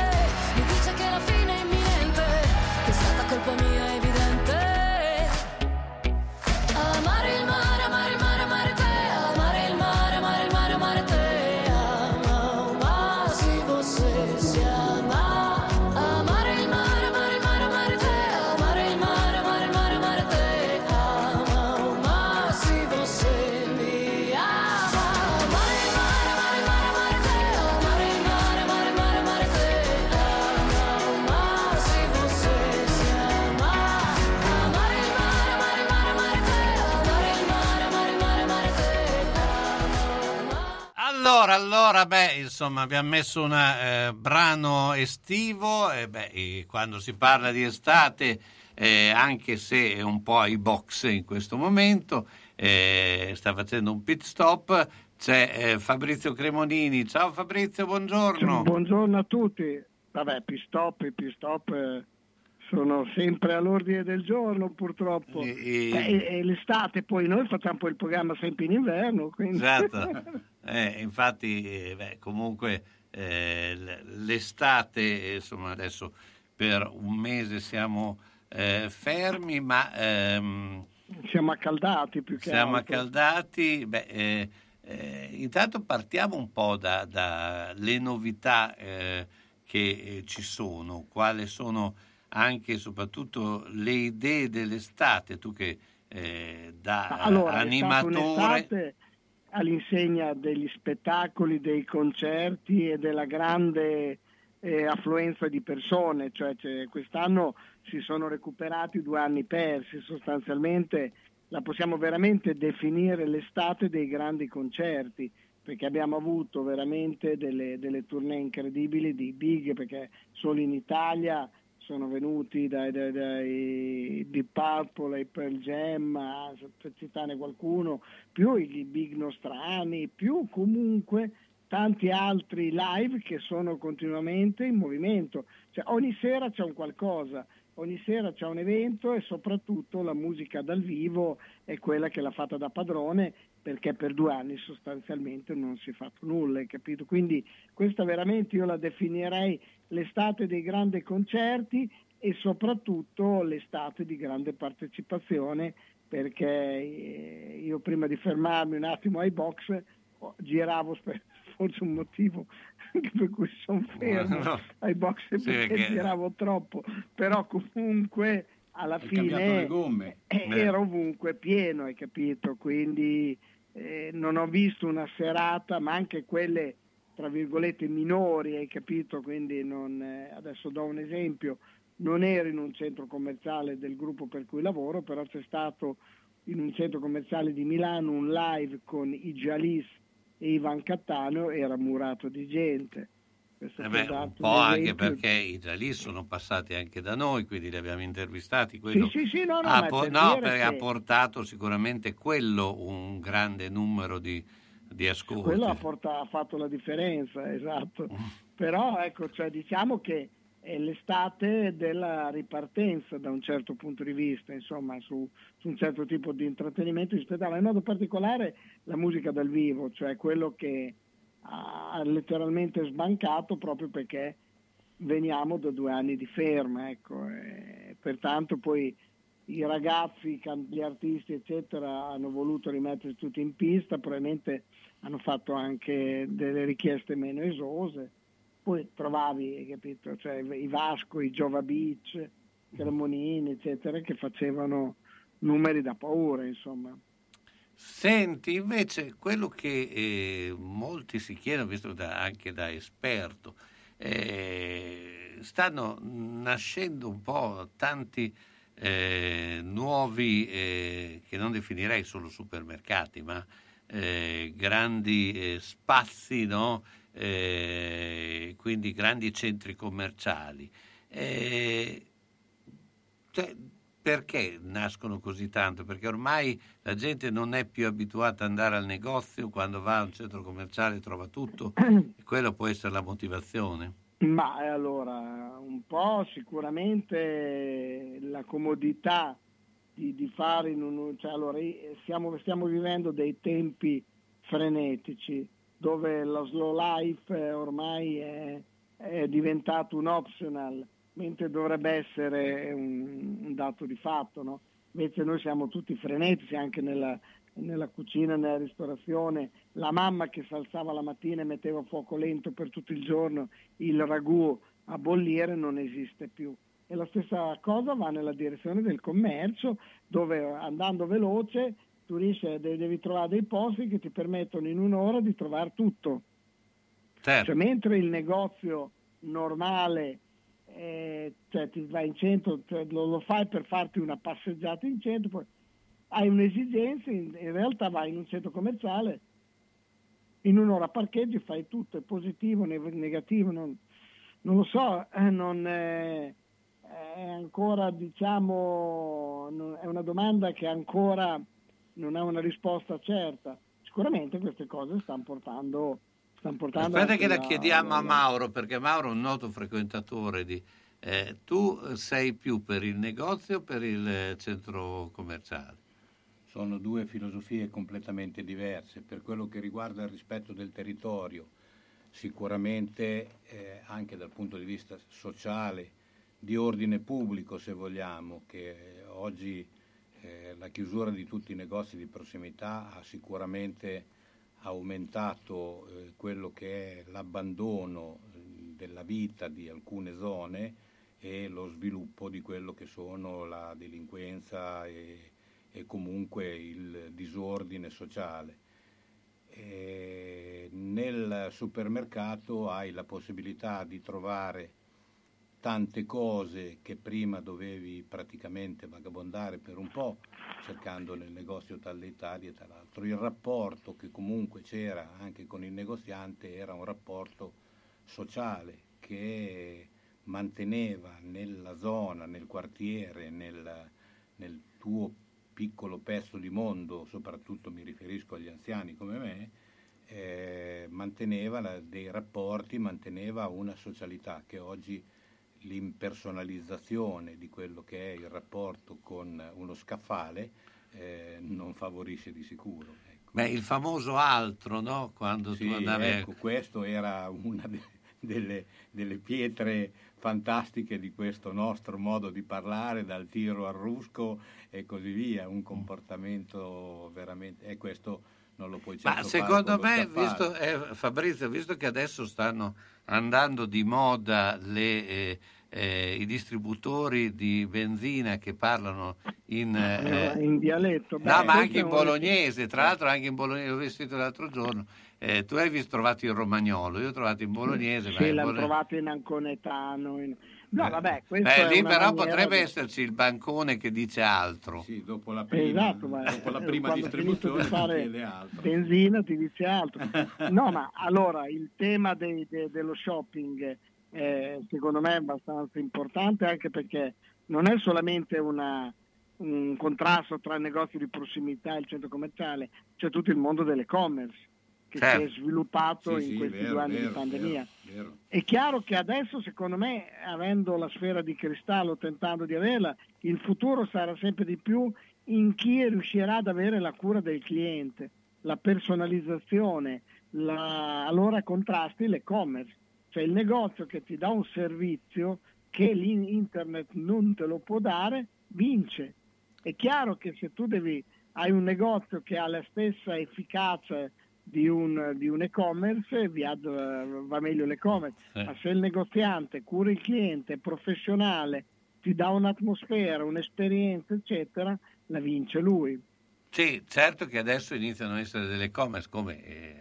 insomma abbiamo messo un eh, brano estivo, e beh, e quando si parla di estate, eh, anche se è un po' ai box in questo momento, eh, sta facendo un pit stop, c'è eh, Fabrizio Cremonini. Ciao Fabrizio, buongiorno. Buongiorno a tutti. Vabbè, pit stop, i pit stop eh, sono sempre all'ordine del giorno purtroppo. E, e... E, e l'estate, poi noi facciamo poi il programma sempre in inverno. Quindi... Esatto. Eh, infatti, eh, beh, comunque eh, l'estate, insomma, adesso per un mese siamo eh, fermi, ma ehm, siamo accaldati più che siamo altro. accaldati. Beh, eh, eh, intanto partiamo un po' dalle da novità eh, che eh, ci sono, quali sono anche e soprattutto le idee dell'estate, tu che eh, da allora, animatore all'insegna degli spettacoli, dei concerti e della grande eh, affluenza di persone, cioè, cioè quest'anno si sono recuperati due anni persi, sostanzialmente la possiamo veramente definire l'estate dei grandi concerti, perché abbiamo avuto veramente delle, delle tournée incredibili di big, perché solo in Italia sono venuti dai, dai, dai Deep Purple ai Pearl Jam, per citarne qualcuno, più i big nostrani, più comunque tanti altri live che sono continuamente in movimento. Cioè, ogni sera c'è un qualcosa, ogni sera c'è un evento e soprattutto la musica dal vivo è quella che l'ha fatta da padrone, perché per due anni sostanzialmente non si è fatto nulla, hai capito? Quindi questa veramente io la definirei l'estate dei grandi concerti e soprattutto l'estate di grande partecipazione, perché io prima di fermarmi un attimo ai box giravo, forse un motivo anche per cui sono fermo no. ai box sì, perché, perché giravo troppo, però comunque alla hai fine le gomme. Era ovunque pieno, hai capito? Quindi eh, non ho visto una serata, ma anche quelle tra virgolette minori, hai capito? Quindi non, eh, adesso do un esempio, non ero in un centro commerciale del gruppo per cui lavoro, però c'è stato in un centro commerciale di Milano un live con i Jalis e Ivan Cattaneo, era murato di gente. Eh beh, un po' anche perché i Jalis sono passati anche da noi, quindi li abbiamo intervistati. Quello sì, sì, sì, no, no, ha, po- per no, perché che... ha portato sicuramente quello un grande numero di, di ascolti. Quello ha, portato, ha fatto la differenza, esatto. Però ecco, cioè, diciamo che è l'estate della ripartenza da un certo punto di vista, insomma, su, su un certo tipo di intrattenimento, di spettacolo, in modo particolare la musica dal vivo, cioè quello che ha letteralmente sbancato proprio perché veniamo da due anni di ferma, ecco, e pertanto poi i ragazzi, gli artisti eccetera hanno voluto rimettersi tutti in pista, probabilmente hanno fatto anche delle richieste meno esose, poi trovavi, hai capito, cioè i Vasco, i Giova Beach, i Cremonini eccetera che facevano numeri da paura, insomma. Senti, invece, quello che eh, molti si chiedono, visto da, anche da esperto, eh, stanno nascendo un po' tanti eh, nuovi, eh, che non definirei solo supermercati, ma eh, grandi eh, spazi, no? Eh, quindi grandi centri commerciali. Eh, cioè, perché nascono così tanto? Perché ormai la gente non è più abituata ad andare al negozio, quando va a un centro commerciale trova tutto, e quello può essere la motivazione. Ma allora, un po' sicuramente la comodità di, di fare in un... Cioè, allora, stiamo, stiamo vivendo dei tempi frenetici, dove lo slow life ormai è, è diventato un optional, mentre dovrebbe essere un, un dato di fatto, no? Invece noi siamo tutti frenetici anche nella, nella cucina, nella ristorazione. La mamma che si alzava la mattina e metteva a fuoco lento per tutto il giorno il ragù a bollire non esiste più. E la stessa cosa va nella direzione del commercio, dove andando veloce tu riesci, devi trovare dei posti che ti permettono in un'ora di trovare tutto. Certo. Cioè, mentre il negozio normale Eh, cioè ti vai in centro, cioè, lo, lo fai per farti una passeggiata in centro, poi hai un'esigenza, in, in realtà vai in un centro commerciale, in un'ora parcheggi, fai tutto, è positivo, ne- negativo, non, non lo so, eh, non è, è ancora, diciamo, non- è una domanda che ancora non ha una risposta certa. Sicuramente queste cose stanno portando, stanno portando Aspetta anche che la la- chiediamo la- a Mauro, perché Mauro è un noto frequentatore di... eh, tu sei più per il negozio o per il eh, centro commerciale? Sono due filosofie completamente diverse. Per quello che riguarda il rispetto del territorio, sicuramente eh, anche dal punto di vista sociale, di ordine pubblico se vogliamo, che oggi eh, la chiusura di tutti i negozi di prossimità ha sicuramente aumentato eh, quello che è l'abbandono della vita di alcune zone e lo sviluppo di quello che sono la delinquenza e e comunque il disordine sociale. E nel supermercato hai la possibilità di trovare tante cose che prima dovevi praticamente vagabondare per un po', cercando nel negozio tal dei tali e tal'altro. Il rapporto che comunque c'era anche con il negoziante era un rapporto sociale che manteneva nella zona, nel quartiere, nel, nel tuo piccolo pezzo di mondo, soprattutto mi riferisco agli anziani come me, eh, manteneva la, dei rapporti, manteneva una socialità che oggi l'impersonalizzazione di quello che è il rapporto con uno scaffale eh, non favorisce di sicuro. Ecco. Beh, il famoso altro, no? Quando sì, tu andavi... ecco, questo era una de- delle, delle pietre fantastiche di questo nostro modo di parlare, dal tiro al rusco e così via, un comportamento veramente... e questo non lo puoi certo Ma secondo me, fare visto, eh, Fabrizio, visto che adesso stanno andando di moda le, eh, eh, i distributori di benzina che parlano in, eh, in dialetto. Beh, no, ma anche in un... bolognese, tra l'altro anche in bolognese, l'ho visto l'altro giorno. Eh, tu hai visto, trovato in romagnolo, io ho trovato in bolognese. Sì, l'hanno bolognese... trovato in anconetano. In... No, vabbè, questo Beh, è lì una però maniera potrebbe di... esserci il bancone che dice altro. Sì, dopo la prima, esatto, ma dopo la prima quando distribuzione di fare chiede altro. benzina ti dice altro. No, ma allora il tema dei, de, dello shopping eh, secondo me è abbastanza importante, anche perché non è solamente una, un contrasto tra il negozio di prossimità e il centro commerciale, c'è tutto il mondo dell'e-commerce che certo. si è sviluppato sì, in sì, questi vero, due anni vero, di pandemia. Vero, vero. È chiaro che adesso, secondo me, avendo la sfera di cristallo, tentando di averla, il futuro sarà sempre di più in chi riuscirà ad avere la cura del cliente, la personalizzazione, la... allora contrasti l'e-commerce, cioè il negozio che ti dà un servizio che l'internet non te lo può dare, vince. È chiaro che se tu devi, hai un negozio che ha la stessa efficacia di un, di un e-commerce, viaggio, va meglio l'e-commerce, sì. Ma se il negoziante cura il cliente, è professionale, ti dà un'atmosfera, un'esperienza, eccetera, la vince lui. Sì, certo che adesso iniziano a essere delle e-commerce come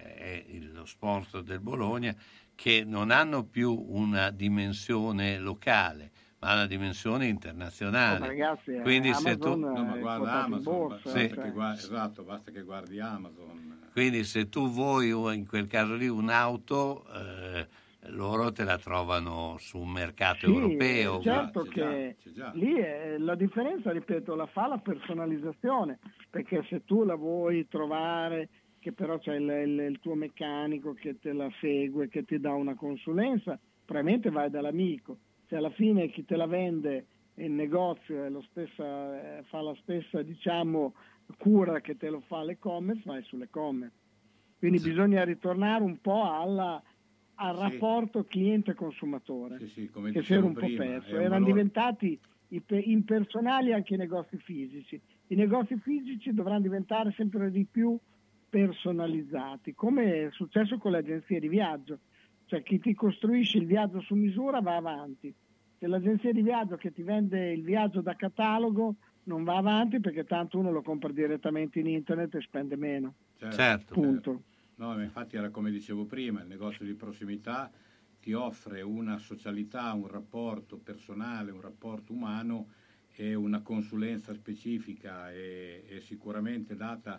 è lo sponsor del Bologna, che non hanno più una dimensione locale, ma una dimensione internazionale. Oh, ragazzi, quindi Amazon se tu no, ma guarda Amazon, borsa, basta, sì. che guardi, esatto, basta che guardi Amazon. Quindi se tu vuoi in quel caso lì un'auto, eh, loro te la trovano su un mercato sì, europeo. Certo c'è che già, c'è già. lì è, la differenza, ripeto, la fa la personalizzazione, perché se tu la vuoi trovare, che però c'è il, il, il tuo meccanico che te la segue, che ti dà una consulenza, probabilmente vai dall'amico. Se alla fine chi te la vende il negozio è lo stessa, fa la stessa, diciamo, cura che te lo fa l'e-commerce, vai sull'e-commerce. Quindi sì. Bisogna ritornare un po' alla, al sì. rapporto cliente-consumatore, sì, sì, come che si era un prima, po' perso. un Erano valore... diventati impersonali anche i negozi fisici. I negozi fisici dovranno diventare sempre di più personalizzati, come è successo con le agenzie di viaggio. Cioè chi ti costruisce il viaggio su misura va avanti. Se l'agenzia di viaggio che ti vende il viaggio da catalogo non va avanti, perché tanto uno lo compra direttamente in internet e spende meno. Certo, certo. Punto. Certo. No, ma infatti era come dicevo prima, il negozio di prossimità ti offre una socialità, un rapporto personale, un rapporto umano e una consulenza specifica e, e sicuramente data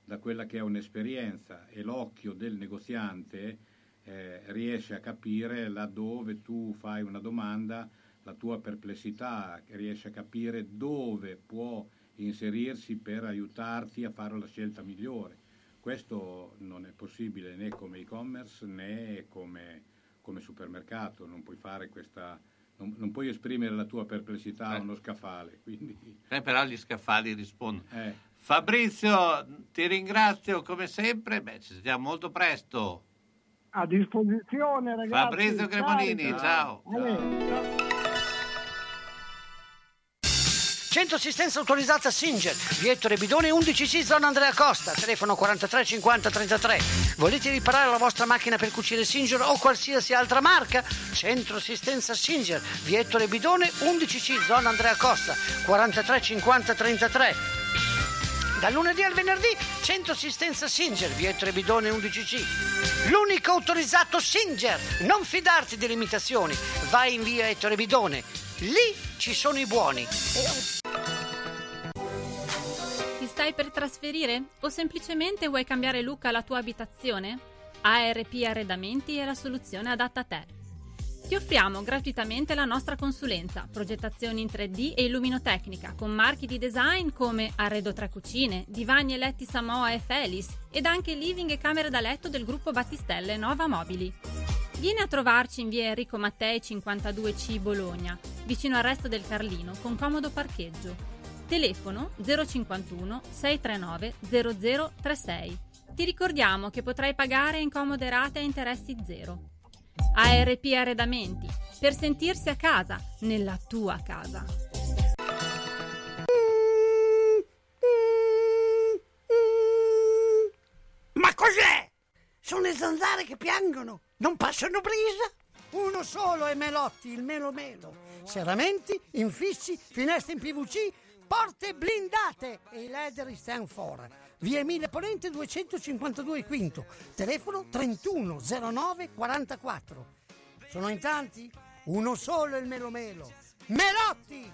da quella che è un'esperienza, e l'occhio del negoziante eh, riesce a capire laddove tu fai una domanda, la tua perplessità, riesce a capire dove può inserirsi per aiutarti a fare la scelta migliore. Questo non è possibile né come e-commerce né come, come supermercato, non puoi fare questa, non, non puoi esprimere la tua perplessità eh. a uno scaffale. Quindi... Eh, però gli scaffali rispondono. Eh. Fabrizio, ti ringrazio come sempre, beh, ci sentiamo molto presto. A disposizione, ragazzi. Fabrizio Cremonini, ciao. ciao. ciao. ciao. Centro assistenza autorizzata Singer, via Ettore Bidone undici C, zona Andrea Costa, telefono quarantatré cinquanta trentatré. Volete riparare la vostra macchina per cucire Singer o qualsiasi altra marca? Centro assistenza Singer, via Ettore Bidone undici C, zona Andrea Costa, quarantatré cinquanta trentatré. Dal lunedì al venerdì, centro assistenza Singer, via Ettore Bidone undici C. L'unico autorizzato Singer. Non fidarti delle imitazioni. Vai in via Ettore Bidone. Lì ci sono i buoni. Ti stai per trasferire? O semplicemente vuoi cambiare look alla tua abitazione? A R P Arredamenti è la soluzione adatta a te. Ti offriamo gratuitamente la nostra consulenza, progettazioni in tre D e illuminotecnica, con marchi di design come Arredo tre Cucine, divani e letti Samoa e Felis, ed anche living e camere da letto del gruppo Battistelle Nova Mobili. Vieni a trovarci in via Enrico Mattei cinquantadue C Bologna, vicino al resto del Carlino, con comodo parcheggio. Telefono zero cinquantuno sei trentanove zero zero trentasei. Ti ricordiamo che potrai pagare in comode rate a interessi zero. A R P Arredamenti, per sentirsi a casa, nella tua casa. Ma cos'è? Sono le zanzare che piangono, non passano brisa? Uno solo è Melotti, il Melo Melo. Serramenti, infissi, finestre in P V C, porte blindate e i leder stand for. Via Emile Ponente duecentocinquantadue Quinto, telefono trentuno zero nove quarantaquattro. Sono in tanti? Uno solo è il Melo Melo. Melotti!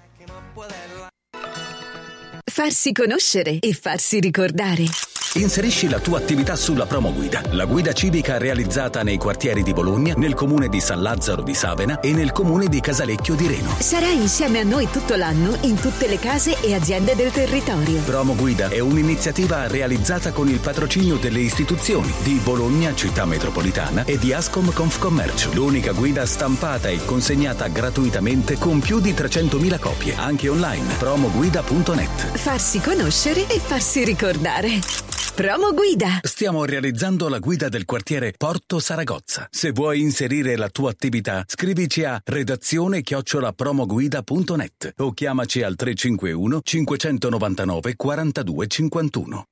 Farsi conoscere e farsi ricordare. Inserisci la tua attività sulla promo guida, la guida civica realizzata nei quartieri di Bologna, nel comune di San Lazzaro di Savena e nel comune di Casalecchio di Reno. Sarai insieme a noi tutto l'anno in tutte le case e aziende del territorio. Promo guida è un'iniziativa realizzata con il patrocinio delle istituzioni di Bologna Città Metropolitana e di Ascom Confcommercio. L'unica guida stampata e consegnata gratuitamente con più di trecentomila copie, anche online. promoguida punto net. Farsi conoscere e farsi ricordare. Promo guida. Stiamo realizzando la guida del quartiere Porto Saragozza. Se vuoi inserire la tua attività, scrivici a redazione chiocciola promoguida punto net o chiamaci al tre cinque uno cinquecentonovantanove quarantadue cinquantuno.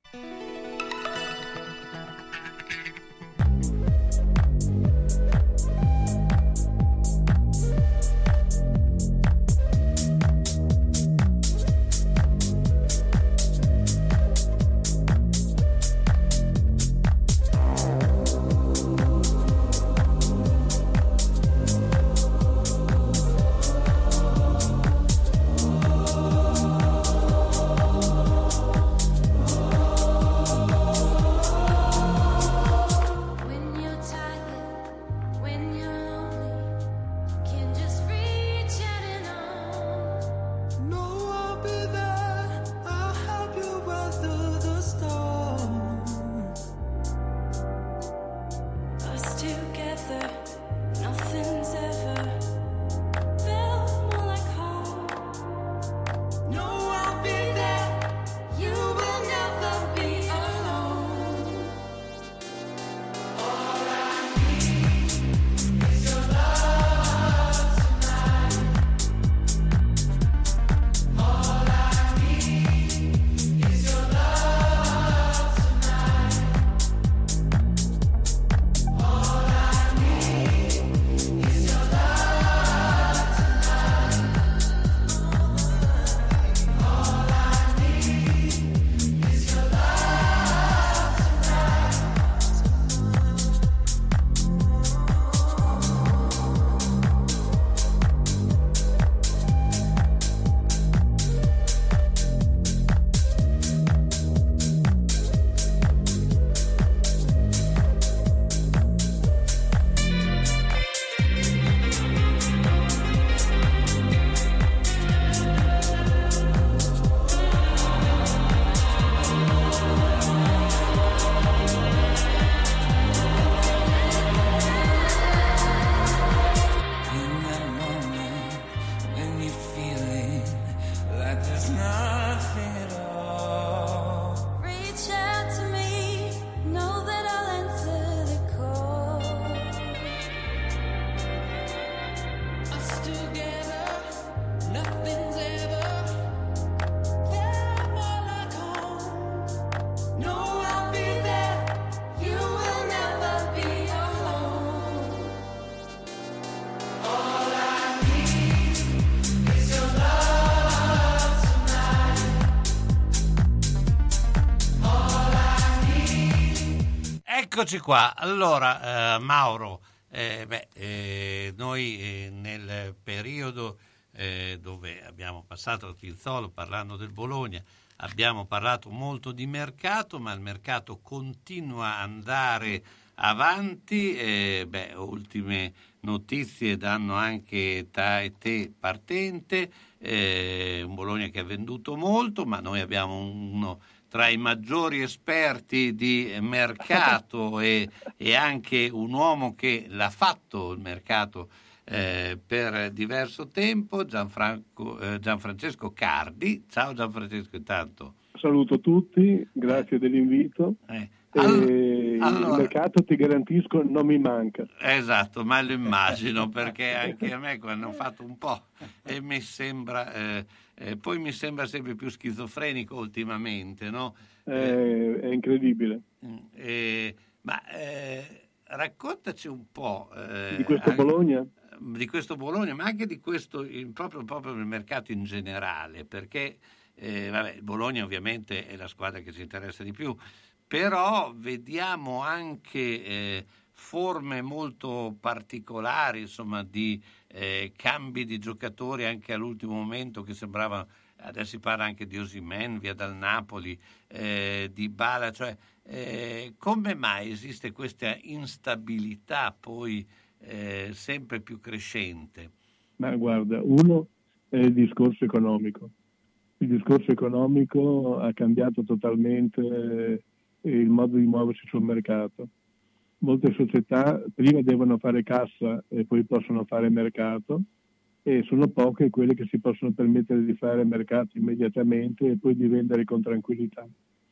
Eccoci qua. Allora, eh, Mauro, eh, beh, eh, noi eh, nel periodo eh, dove abbiamo passato al Pizzolo parlando del Bologna, abbiamo parlato molto di mercato, ma il mercato continua a andare avanti. Eh, beh, ultime notizie danno anche ta e te partente, eh, un Bologna che ha venduto molto, ma noi abbiamo uno tra i maggiori esperti di mercato e, e anche un uomo che l'ha fatto il mercato eh, per diverso tempo, Gianfranco, eh, Gianfrancesco Cardi. Ciao Gianfrancesco, intanto. Saluto tutti, grazie eh. dell'invito. Eh. All- e allora, il mercato, ti garantisco, non mi manca. Esatto, ma lo immagino, perché anche a me quando ho fatto un po' e mi sembra eh, eh, poi mi sembra sempre più schizofrenico ultimamente, no? Eh, è incredibile. Eh, ma eh, raccontaci un po' eh, di questo anche, Bologna di questo Bologna, ma anche di questo in, proprio, proprio nel mercato in generale, perché eh, vabbè, il Bologna ovviamente è la squadra che ci interessa di più, però vediamo anche eh, forme molto particolari, insomma, di eh, cambi di giocatori anche all'ultimo momento che sembravano, adesso si parla anche di Osimhen via dal Napoli, eh, di Bala, cioè eh, come mai esiste questa instabilità poi eh, sempre più crescente? Ma guarda, uno è il discorso economico. Il discorso economico ha cambiato totalmente il modo di muoversi sul mercato. Molte società prima devono fare cassa e poi possono fare mercato, e sono poche quelle che si possono permettere di fare mercato immediatamente e poi di vendere con tranquillità.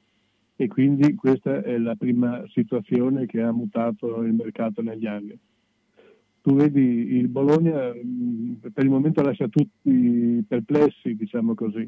E quindi questa è la prima situazione che ha mutato il mercato negli anni. Tu vedi, il Bologna per il momento lascia tutti perplessi, diciamo così,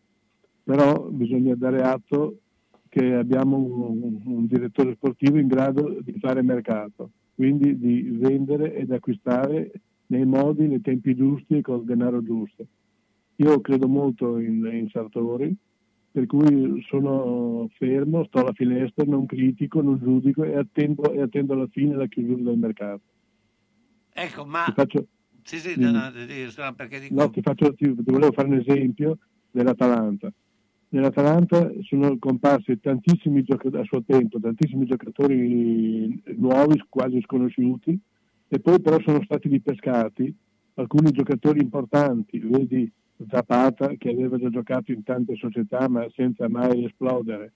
però bisogna dare atto che abbiamo un, un direttore sportivo in grado di fare mercato, quindi di vendere ed acquistare nei modi, nei tempi giusti e col denaro giusto. Io credo molto in, in Sartori, per cui sono fermo, sto alla finestra, non critico, non giudico e attendo, e attendo alla fine la chiusura del mercato. Ecco, ma... Ti faccio... Sì, sì, no, no, no, perché dico... no ti, faccio, ti, ti volevo fare un esempio dell'Atalanta. Nell'Atalanta sono comparsi tantissimi giocatori a suo tempo, tantissimi giocatori nuovi, quasi sconosciuti, e poi però sono stati ripescati alcuni giocatori importanti, vedi Zapata che aveva già giocato in tante società ma senza mai esplodere,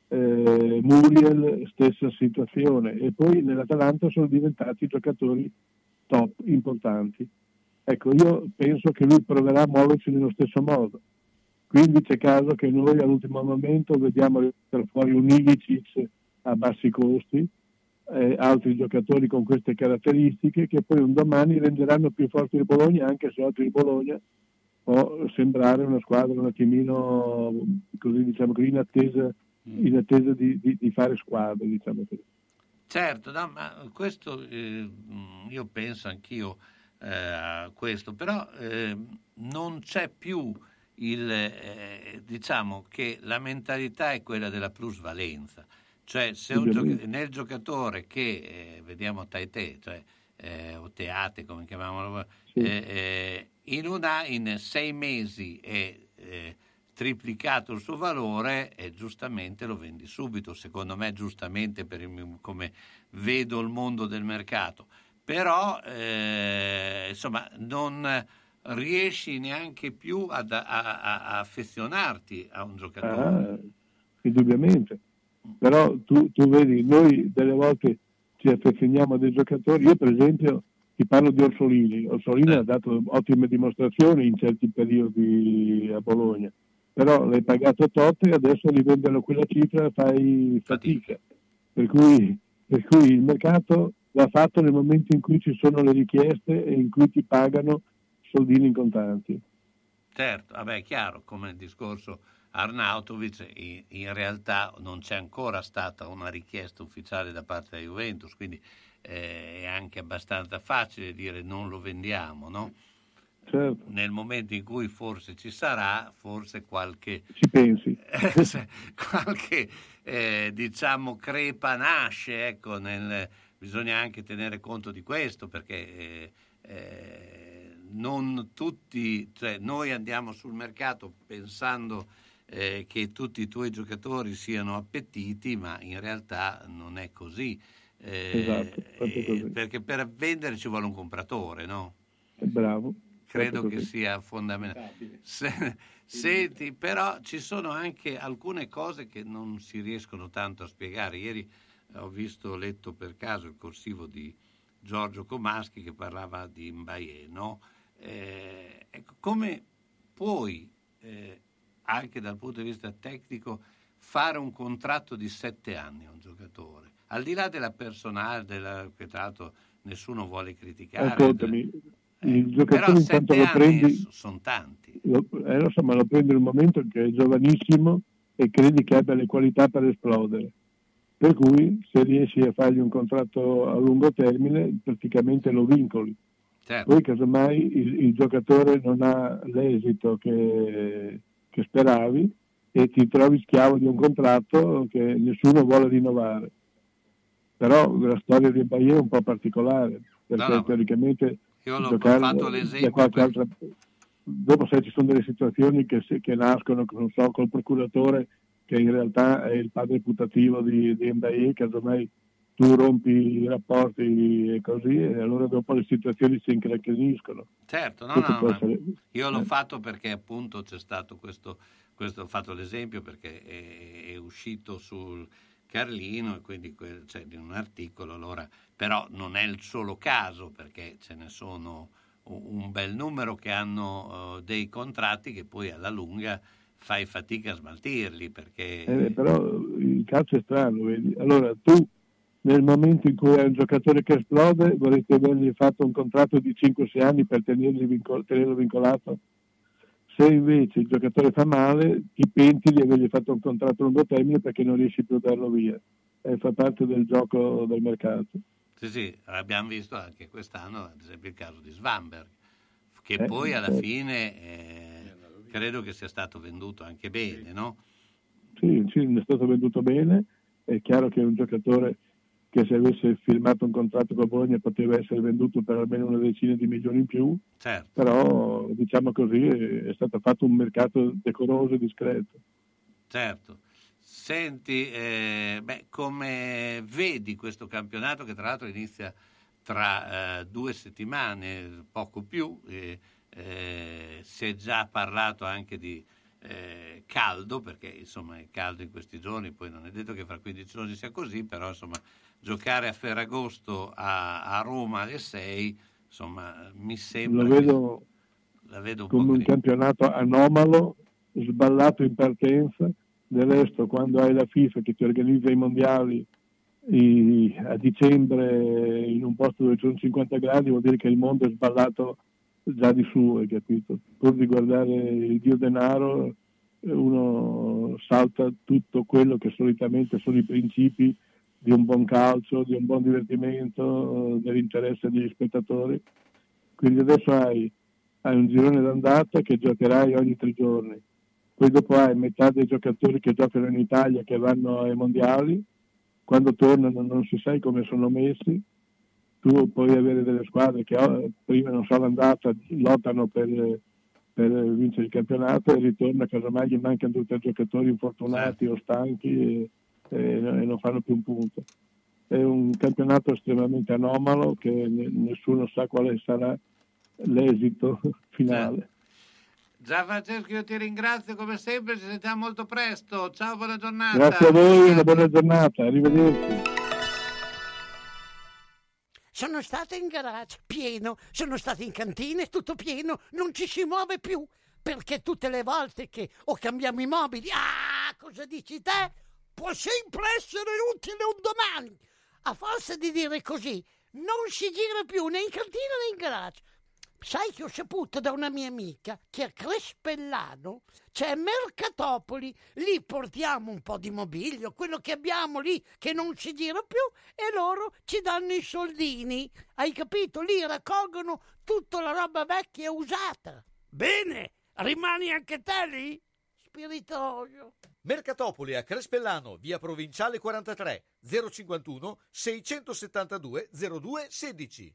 eh, Muriel stessa situazione, e poi nell'Atalanta sono diventati giocatori top, importanti. Ecco, io penso che lui proverà a muoversi nello stesso modo. Quindi c'è caso che noi all'ultimo momento vediamo per fuori un Ilicic a bassi costi, eh, altri giocatori con queste caratteristiche che poi un domani renderanno più forte il Bologna, anche se oggi il Bologna può sembrare una squadra un attimino così, diciamo così, in attesa, in attesa di, di, di fare squadra, diciamo così. Certo, no, ma questo eh, io penso anch'io eh, a questo, però eh, non c'è più il eh, diciamo che la mentalità è quella della plusvalenza, cioè se un gioc- nel giocatore che eh, vediamo Taitè, cioè eh, o Teate come chiamavano, sì. eh, eh, in una in sei mesi è eh, triplicato il suo valore e giustamente lo vendi subito, secondo me giustamente per il, come vedo il mondo del mercato, però eh, insomma non riesci neanche più ad, a, a, a affezionarti a un giocatore. Ah, indubbiamente, però tu, tu vedi, noi delle volte ci affezioniamo a dei giocatori. Io per esempio ti parlo di Orsolini. Orsolini eh. ha dato ottime dimostrazioni in certi periodi a Bologna, però l'hai pagato tot e adesso rivendono quella cifra e fai fatica, fatica. Per cui, per cui il mercato va fatto nel momento in cui ci sono le richieste e in cui ti pagano soldini in contanti. Certo, vabbè, è chiaro, come il discorso Arnautovic, in, in realtà non c'è ancora stata una richiesta ufficiale da parte della Juventus, quindi eh, è anche abbastanza facile dire non lo vendiamo, no? certo. Nel momento in cui forse ci sarà, forse qualche ci pensi qualche eh, diciamo crepa nasce, ecco, nel, bisogna anche tenere conto di questo, perché eh, eh, non tutti, cioè noi andiamo sul mercato pensando eh, che tutti i tuoi giocatori siano appetiti, ma in realtà non è così. Eh, esatto, eh, così. Perché per vendere ci vuole un compratore, no? Bravo. Credo che sia fondamentale. Se, senti, però ci sono anche alcune cose che non si riescono tanto a spiegare. Ieri ho visto, letto per caso il corsivo di Giorgio Comaschi che parlava di Mbaye, no? Eh, ecco, come puoi, eh, anche dal punto di vista tecnico, fare un contratto di sette anni a un giocatore? Al di là della personale, della, che tra l'altro nessuno vuole criticare. Ascoltami, eh, il giocatore intanto lo prendi, sono tanti. Lo, eh, lo so, ma lo prendi in un momento che è giovanissimo e credi che abbia le qualità per esplodere. Per cui se riesci a fargli un contratto a lungo termine, praticamente lo vincoli. Certo. Poi casomai il, il giocatore non ha l'esito che, che speravi e ti trovi schiavo di un contratto che nessuno vuole rinnovare. Però la storia di Mbaye è un po' particolare, perché no, no, teoricamente io l'ho giocare fatto da l'esempio qualche per... altra... Dopo sai ci sono delle situazioni che, che nascono, non so, col procuratore che in realtà è il padre putativo di, di Mbaye, casomai tu rompi i rapporti e così, e allora dopo le situazioni si incrinconiscono. Certo, no, no, no, essere... io l'ho eh. fatto perché appunto c'è stato questo, questo ho fatto l'esempio perché è, è uscito sul Carlino e quindi c'è cioè, in un articolo, allora, però non è il solo caso perché ce ne sono un bel numero che hanno uh, dei contratti che poi alla lunga fai fatica a smaltirli perché... Eh, però il calcio è strano, vedi? Allora tu nel momento in cui hai un giocatore che esplode vorresti avergli fatto un contratto di cinque sei anni per tenergli vincol- tenerlo vincolato. Se invece il giocatore fa male ti penti di avergli fatto un contratto a lungo termine perché non riesci più a darlo via. Eh, fa parte del gioco del mercato. Sì, sì, abbiamo visto anche quest'anno ad esempio il caso di Svanberg che eh, poi alla certo. fine eh, credo che sia stato venduto anche bene, no? Sì, sì, è stato venduto bene, è chiaro che è un giocatore che se avesse firmato un contratto con Bologna poteva essere venduto per almeno una decina di milioni in più, certo. Però diciamo così è stato fatto un mercato decoroso e discreto. Certo. Senti, eh, beh, come vedi questo campionato che tra l'altro inizia tra eh, due settimane, poco più, eh, eh, si è già parlato anche di eh, caldo, perché insomma è caldo in questi giorni, poi non è detto che fra quindici giorni sia così, però insomma giocare a Ferragosto a, a Roma alle sei, insomma mi sembra Lo vedo, che la vedo un come po' un grigio. campionato anomalo, sballato in partenza. Del resto quando hai la FIFA che ti organizza i mondiali i, a dicembre in un posto dove ci sono cinquanta gradi vuol dire che il mondo è sballato già di suo, hai capito? Pur di guardare il dio denaro uno salta tutto quello che solitamente sono i principi di un buon calcio, di un buon divertimento, dell'interesse degli spettatori. Quindi adesso hai, hai un girone d'andata che giocherai ogni tre giorni. Poi dopo hai metà dei giocatori che giocano in Italia che vanno ai mondiali, quando tornano non si sa come sono messi, tu puoi avere delle squadre che oh, prima non so l'andata lottano per, per vincere il campionato e ritorna casomai gli mancano due o tre giocatori infortunati o stanchi e, e, e non fanno più un punto. È un campionato estremamente anomalo che nessuno sa quale sarà l'esito finale. Già Francesco, io ti ringrazio come sempre, ci sentiamo molto presto. Ciao, buona giornata. Grazie a voi, una buona giornata, arrivederci. Sono stata in garage, pieno, sono stata in cantina, tutto pieno, non ci si muove più, perché tutte le volte che o cambiamo i mobili, ah, cosa dici te? Può sempre essere utile un domani. A forza di dire così, non si gira più né in cantina né in garage. Sai che ho saputo da una mia amica che a Crespellano c'è Mercatopoli, lì portiamo un po' di mobilio, quello che abbiamo lì che non si gira più, e loro ci danno i soldini, hai capito? Lì raccolgono tutta la roba vecchia e usata. Bene, rimani anche te lì? Spiritoso. Mercatopoli a Crespellano, via Provinciale quarantatré, zero cinquantuno seicentosettantadue zero due sedici.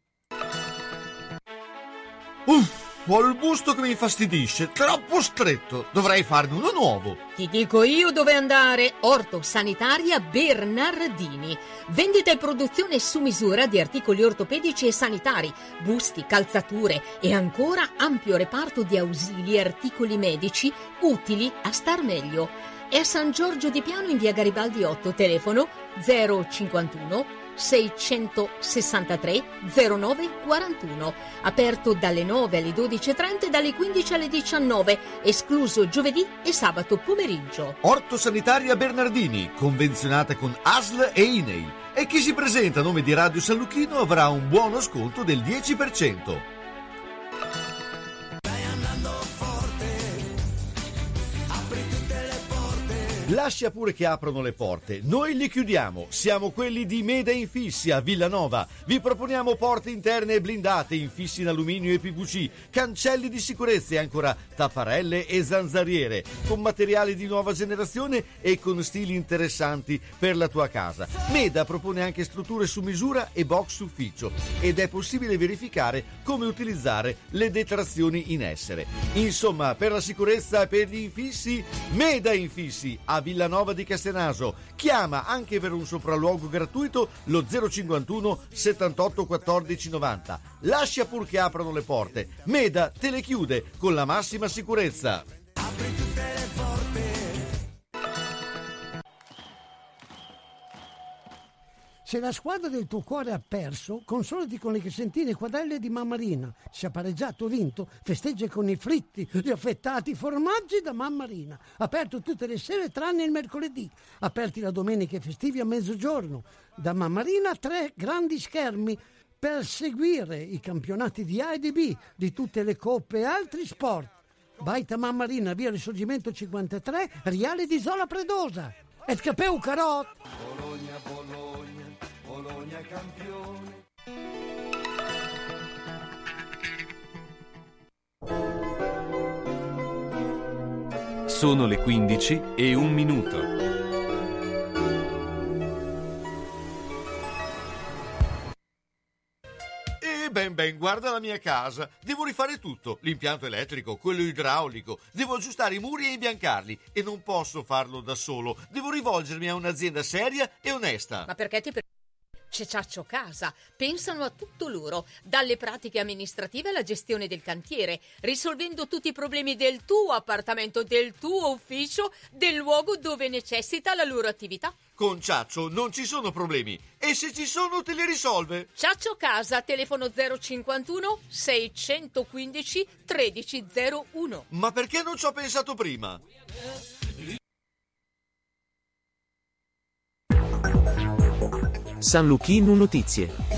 Uff, ho il busto che mi infastidisce, troppo stretto, dovrei farne uno nuovo. Ti dico io dove andare. Orto Sanitaria Bernardini. Vendita e produzione su misura di articoli ortopedici e sanitari, busti, calzature e ancora ampio reparto di ausili e articoli medici utili a star meglio. È a San Giorgio di Piano in via Garibaldi otto, telefono zero cinquantuno seicentosessantatré zero nove quarantuno, aperto dalle nove alle dodici e trenta e dalle quindici alle diciannove, escluso giovedì e sabato pomeriggio. Orto Sanitaria Bernardini, convenzionata con A S L e I N E I, e chi si presenta a nome di Radio San Lucchino avrà un buono sconto del dieci per cento. Lascia pure che aprono le porte, noi li chiudiamo. Siamo quelli di Meda Infissi a Villanova. Vi proponiamo porte interne e blindate, infissi in alluminio e P V C, cancelli di sicurezza e ancora tapparelle e zanzariere, con materiali di nuova generazione e con stili interessanti per la tua casa. Meda propone anche strutture su misura e box ufficio, ed è possibile verificare come utilizzare le detrazioni in essere. Insomma, per la sicurezza e per gli infissi, Meda Infissi a Villanova di Castenaso. Chiama anche per un sopralluogo gratuito lo zero cinquantuno settantotto quattordici novanta. Lascia pur che aprano le porte. Meda te le chiude con la massima sicurezza. Apri tutte le porte. Se la squadra del tuo cuore ha perso, consolati con le crescentine e quadrelle di Mamma Rina. Se ha pareggiato o vinto, festeggia con i fritti, gli affettati formaggi da Mamma Rina. Aperto tutte le sere tranne il mercoledì. Aperti la domenica e festivi a mezzogiorno. Da Mamma Rina tre grandi schermi per seguire i campionati di A e di B, di tutte le coppe e altri sport. Baita Mamma Rina, via Risorgimento cinquantatré, Riale di Zola Predosa. Et capeu carot! Bologna, Bologna, Bologna campione. Sono le quindici e un minuto. Ben ben, guarda la mia casa. Devo rifare tutto, l'impianto elettrico, quello idraulico. Devo aggiustare i muri e imbiancarli e non posso farlo da solo. Devo rivolgermi a un'azienda seria e onesta. Ma perché ti per... C'è Ciaccio Casa, pensano a tutto loro, dalle pratiche amministrative alla gestione del cantiere, risolvendo tutti i problemi del tuo appartamento, del tuo ufficio, del luogo dove necessita la loro attività. Con Ciaccio non ci sono problemi e se ci sono te li risolve. Ciaccio Casa, telefono zero cinquantuno seicentoquindici tredici zero uno. Ma perché non ci ho pensato prima? San Lucchino Notizie.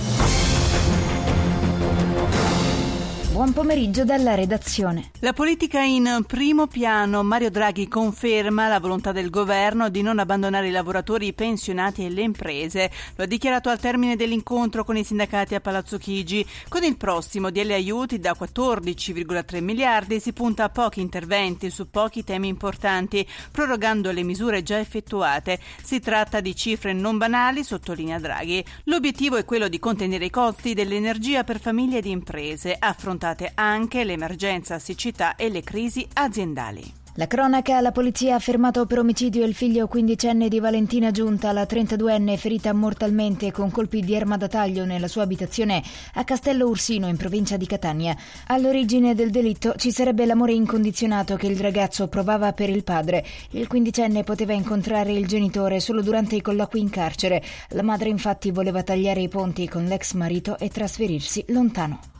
Buon pomeriggio dalla redazione. La politica in primo piano. Mario Draghi conferma la volontà del governo di non abbandonare i lavoratori, i pensionati e le imprese. Lo ha dichiarato al termine dell'incontro con i sindacati a Palazzo Chigi. Con il prossimo D L aiuti da quattordici virgola tre miliardi si punta a pochi interventi su pochi temi importanti, prorogando le misure già effettuate. Si tratta di cifre non banali, sottolinea Draghi. L'obiettivo è quello di contenere i costi dell'energia per famiglie ed imprese, affrontare anche l'emergenza siccità e le crisi aziendali. La cronaca, la polizia ha fermato per omicidio il figlio quindicenne di Valentina Giunta, la trentaduenne ferita mortalmente con colpi di arma da taglio nella sua abitazione a Castello Ursino in provincia di Catania. All'origine del delitto ci sarebbe l'amore incondizionato che il ragazzo provava per il padre. Il quindicenne poteva incontrare il genitore solo durante i colloqui in carcere. La madre infatti voleva tagliare i ponti con l'ex marito e trasferirsi lontano.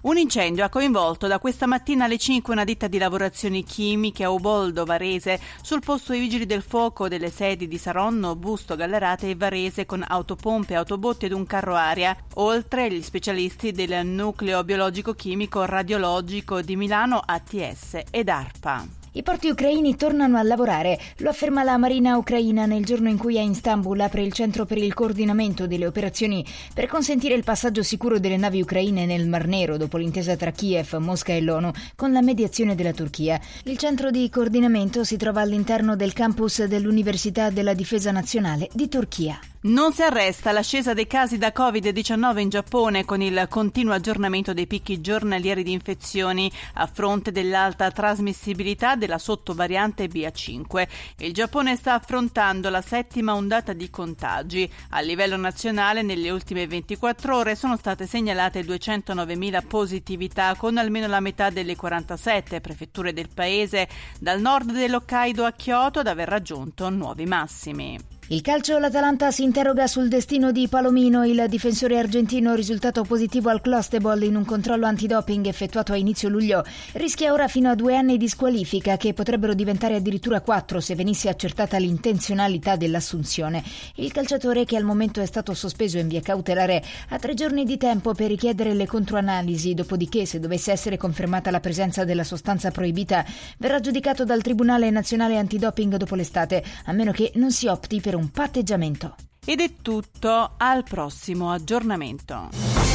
Un incendio ha coinvolto da questa mattina alle cinque una ditta di lavorazioni chimiche a Uboldo, Varese. Sul posto i vigili del fuoco delle sedi di Saronno, Busto, Gallerate e Varese con autopompe, autobotti ed un carro aria, oltre gli specialisti del nucleo biologico-chimico radiologico di Milano, A T S ed ARPA. I porti ucraini tornano a lavorare, lo afferma la Marina ucraina nel giorno in cui a Istanbul apre il centro per il coordinamento delle operazioni per consentire il passaggio sicuro delle navi ucraine nel Mar Nero dopo l'intesa tra Kiev, Mosca e l'ONU con la mediazione della Turchia. Il centro di coordinamento si trova all'interno del campus dell'Università della Difesa Nazionale di Turchia. Non si arresta l'ascesa dei casi da covid diciannove in Giappone con il continuo aggiornamento dei picchi giornalieri di infezioni a fronte dell'alta trasmissibilità della sottovariante B A cinque. Il Giappone sta affrontando la settima ondata di contagi. A livello nazionale nelle ultime ventiquattro ore sono state segnalate duecentonovemila positività con almeno la metà delle quarantasette prefetture del paese, dal nord dell'Hokkaido a Kyoto, ad aver raggiunto nuovi massimi. Il calcio, l'Atalanta si interroga sul destino di Palomino, il difensore argentino risultato positivo al Clostebol in un controllo antidoping effettuato a inizio luglio. Rischia ora fino a due anni di squalifica, che potrebbero diventare addirittura quattro se venisse accertata l'intenzionalità dell'assunzione. Il calciatore, che al momento è stato sospeso in via cautelare, ha tre giorni di tempo per richiedere le controanalisi, dopodiché, se dovesse essere confermata la presenza della sostanza proibita, verrà giudicato dal Tribunale Nazionale Antidoping dopo l'estate, a meno che non si opti per un patteggiamento. Ed è tutto, al prossimo aggiornamento.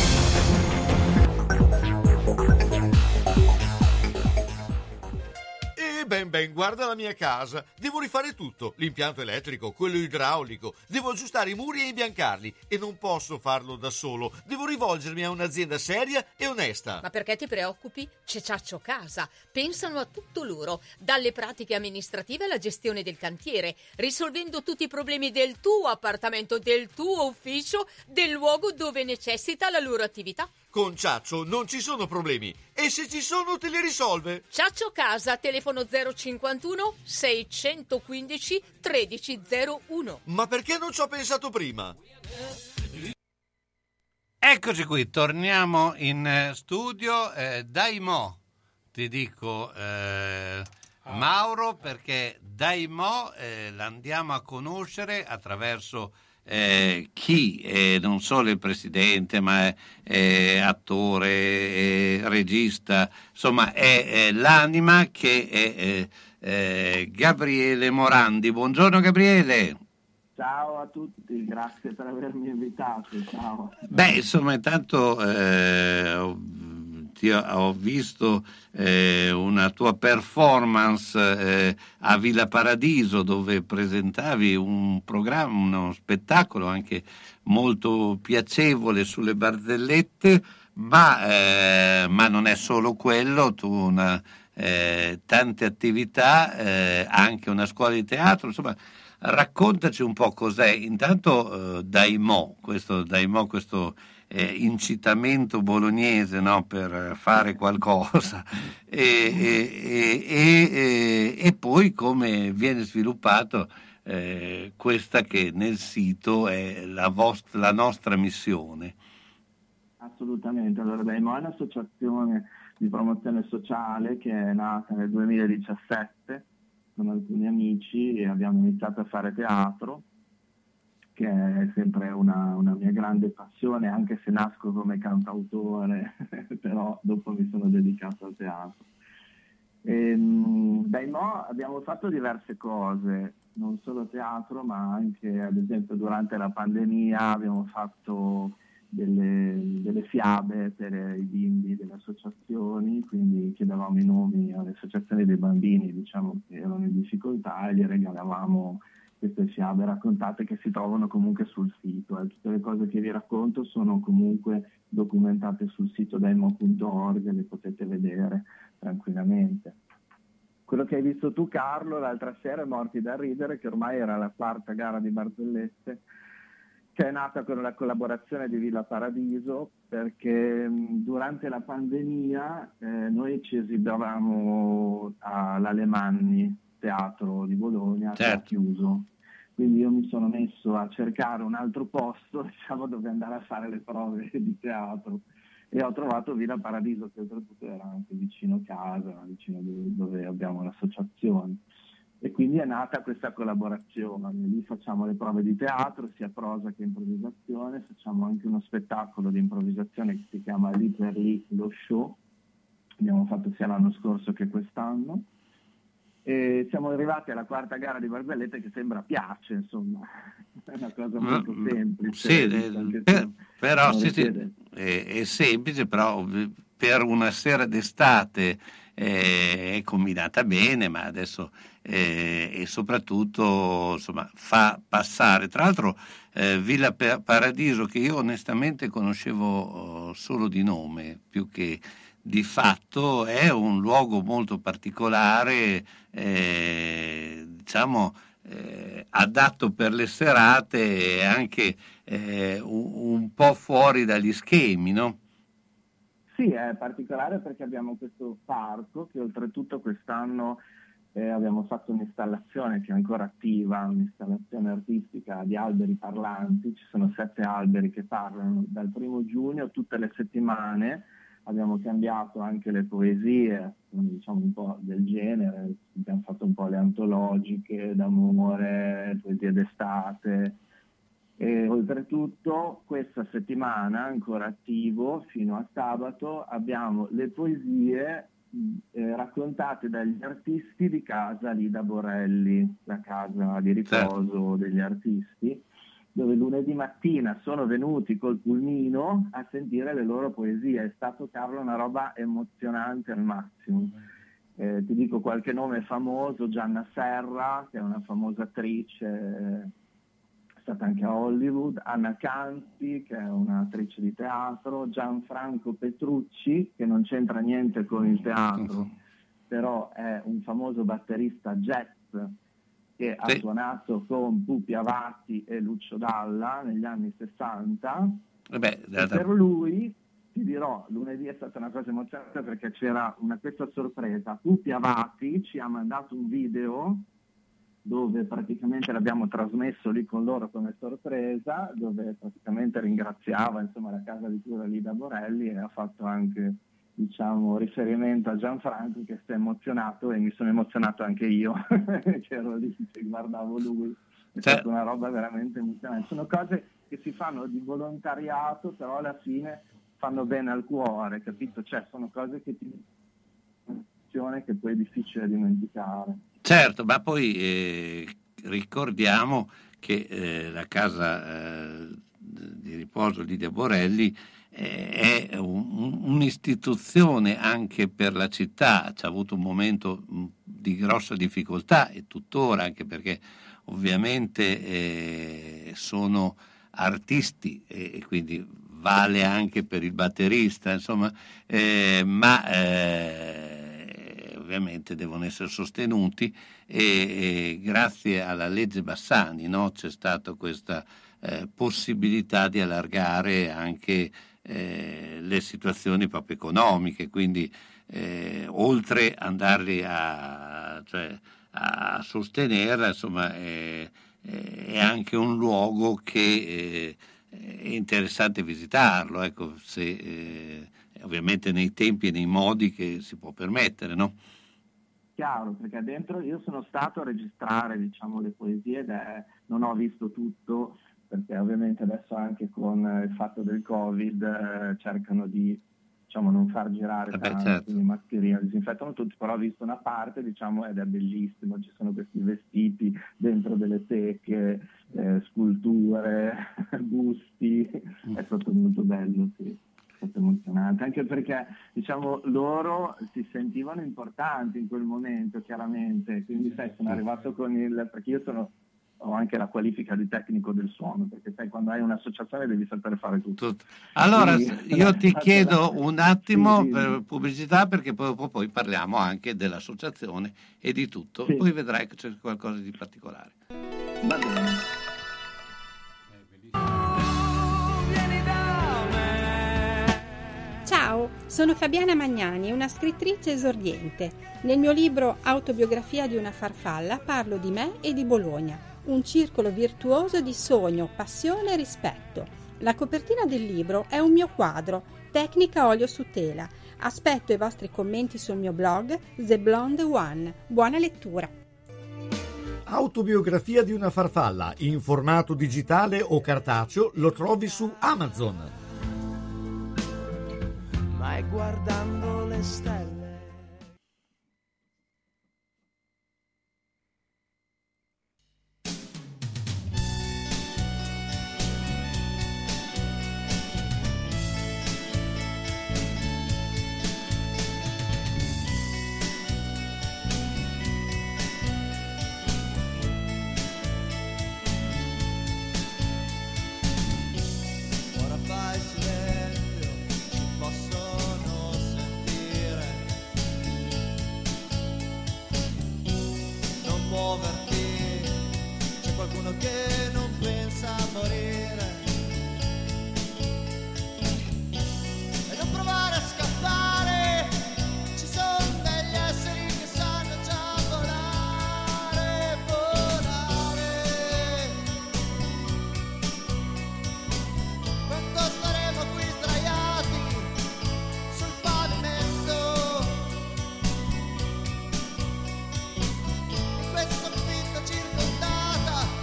E ben ben, guarda la mia casa. Devo rifare tutto, l'impianto elettrico, quello idraulico. Devo aggiustare i muri e imbiancarli e non posso farlo da solo. Devo rivolgermi a un'azienda seria e onesta. Ma perché ti preoccupi? C'è Ciaccio Casa. Pensano a tutto loro, dalle pratiche amministrative alla gestione del cantiere, risolvendo tutti i problemi del tuo appartamento, del tuo ufficio, del luogo dove necessita la loro attività. Con Ciaccio non ci sono problemi e se ci sono te li risolve. Ciaccio Casa, telefono zero cinquantuno seicentoquindici tredici zero uno. Ma perché non ci ho pensato prima? Eccoci qui, torniamo in studio. Eh, dai mo, ti dico eh, Mauro, perché dai mo eh, l'andiamo a conoscere attraverso Eh, chi è non solo il presidente, ma è, è attore, è regista, insomma è, è l'anima che è, è, è Gabriele Morandi. Buongiorno Gabriele. Ciao a tutti, grazie per avermi invitato. Ciao. Beh, insomma, intanto eh, ho, ti ho, ho visto eh, una tua performance eh, a Villa Paradiso, dove presentavi un programma, uno spettacolo anche molto piacevole sulle barzellette, ma, eh, ma non è solo quello, tu una, eh, tante attività, eh, anche una scuola di teatro, insomma. Raccontaci un po' cos'è intanto eh, Dai mo, questo Dai mo, questo eh, incitamento bolognese, no, per fare qualcosa e, e, e, e, e poi come viene sviluppato eh, questa che nel sito è la, vostra, la nostra missione. Assolutamente, allora Dai mo è un'associazione di promozione sociale che è nata nel duemiladiciassette con alcuni amici e abbiamo iniziato a fare teatro, che è sempre una, una mia grande passione, anche se nasco come cantautore, però dopo mi sono dedicato al teatro. E, Dai mo abbiamo fatto diverse cose, non solo teatro, ma anche ad esempio durante la pandemia abbiamo fatto Delle, delle fiabe per i bimbi delle associazioni, quindi chiedevamo i nomi alle associazioni dei bambini, diciamo, che erano in difficoltà, e gli regalavamo queste fiabe raccontate che si trovano comunque sul sito. Eh. Tutte le cose che vi racconto sono comunque documentate sul sito dai mo punto org, le potete vedere tranquillamente. Quello che hai visto tu, Carlo, l'altra sera è Morti da ridere, che ormai era la quarta gara di barzellette, che è nata con la collaborazione di Villa Paradiso, perché durante la pandemia eh, noi ci esibivamo all'Alemanni Teatro di Bologna, che era chiuso. Quindi io mi sono messo a cercare un altro posto, diciamo, dove andare a fare le prove di teatro. e ho trovato Villa Paradiso, che oltretutto era anche vicino casa, vicino dove, dove abbiamo l'associazione. E quindi è nata questa collaborazione. Lì facciamo le prove di teatro, sia prosa che improvvisazione, facciamo anche uno spettacolo di improvvisazione che si chiama Lì per lì lo show, abbiamo fatto sia l'anno scorso che quest'anno, e siamo arrivati alla quarta gara di Barzellette, che sembra piace, insomma, è una cosa molto Ma, semplice. Sì, eh, per, però sì, sì, è, è semplice, però per una sera d'estate eh, è combinata bene, ma adesso eh, e soprattutto insomma fa passare. Tra l'altro eh, Villa Paradiso, che io onestamente conoscevo oh, solo di nome più che di fatto, è un luogo molto particolare, eh, diciamo eh, adatto per le serate e anche eh, un, un po' fuori dagli schemi, no? Sì, è particolare perché abbiamo questo parco che oltretutto quest'anno eh, abbiamo fatto un'installazione che è ancora attiva, un'installazione artistica di alberi parlanti. Ci sono sette alberi che parlano dal primo giugno tutte le settimane. Abbiamo cambiato anche le poesie, diciamo un po' del genere, abbiamo fatto un po' le antologiche d'amore, poesie d'estate. E oltretutto questa settimana, ancora attivo fino a sabato, abbiamo le poesie eh, raccontate dagli artisti di Casa Lida Borelli, la casa di riposo degli artisti, dove lunedì mattina sono venuti col pulmino a sentire le loro poesie. È stato, Carlo, una roba emozionante al massimo. Eh, ti dico qualche nome famoso: Gianna Serra, che è una famosa attrice, è stata anche a Hollywood, Anna Canzi, che è un'attrice di teatro, Gianfranco Petrucci, che non c'entra niente con il teatro, però è un famoso batterista jazz che ha sì. suonato con Pupi Avati e Lucio Dalla negli anni sessanta. Vabbè, e per lui, ti dirò, lunedì è stata una cosa emozionante perché c'era una, questa sorpresa. Pupi Avati ci ha mandato un video dove praticamente l'abbiamo trasmesso lì con loro come sorpresa, dove praticamente ringraziava insomma la casa di cura Lida Borelli, e ha fatto anche, diciamo, riferimento a Gianfranco, che si è emozionato, e mi sono emozionato anche io che ero lì che guardavo lui. È cioè, stata una roba veramente emozionante. Sono cose che si fanno di volontariato, però alla fine fanno bene al cuore, capito? Cioè sono cose che ti che poi è difficile dimenticare. Certo, ma poi eh, ricordiamo che eh, la casa eh, di riposo Lidia Borelli eh, è un, un'istituzione anche per la città. C'ha avuto un momento mh, di grossa difficoltà, e tuttora, anche perché ovviamente eh, sono artisti e, e quindi vale anche per il batterista, insomma, eh, ma eh, ovviamente devono essere sostenuti, e, e grazie alla legge Bassani, no, c'è stata questa eh, possibilità di allargare anche eh, le situazioni proprio economiche, quindi eh, oltre ad andarli a, cioè, a sostenere, insomma, è, è anche un luogo che eh, è interessante visitarlo, ecco, se eh, ovviamente nei tempi e nei modi che si può permettere, no? Chiaro, perché dentro io sono stato a registrare, diciamo, le poesie ed è, non ho visto tutto, perché ovviamente adesso anche con il fatto del Covid eh, cercano di, diciamo, non far girare Vabbè, tanto, certo. quindi mascherina, disinfettano tutti, però ho visto una parte, diciamo, ed è bellissimo, ci sono questi vestiti dentro delle teche, eh, sculture, busti, è stato molto bello, sì. Emozionante, anche perché, diciamo, loro si sentivano importanti in quel momento, chiaramente, quindi sai, sono arrivato con il, perché io sono, ho anche la qualifica di tecnico del suono, perché sai, quando hai un'associazione devi sapere fare tutto. tutto. Allora quindi, io ti chiedo un attimo sì, sì. per pubblicità, perché poi, poi parliamo anche dell'associazione e di tutto, sì. Poi vedrai che c'è qualcosa di particolare. Va bene. Ciao, sono Fabiana Magnani, una scrittrice esordiente. Nel mio libro Autobiografia di una farfalla parlo di me e di Bologna, un circolo virtuoso di sogno, passione e rispetto. La copertina del libro è un mio quadro, tecnica olio su tela. Aspetto i vostri commenti sul mio blog The Blonde One. Buona lettura. Autobiografia di una farfalla in formato digitale o cartaceo lo trovi su Amazon. Vai guardando le stelle. Che non pensa a morire e non provare a scappare, ci sono degli esseri che sanno già volare, volare. Quando staremo qui sdraiati sul pavimento in questa vita circondata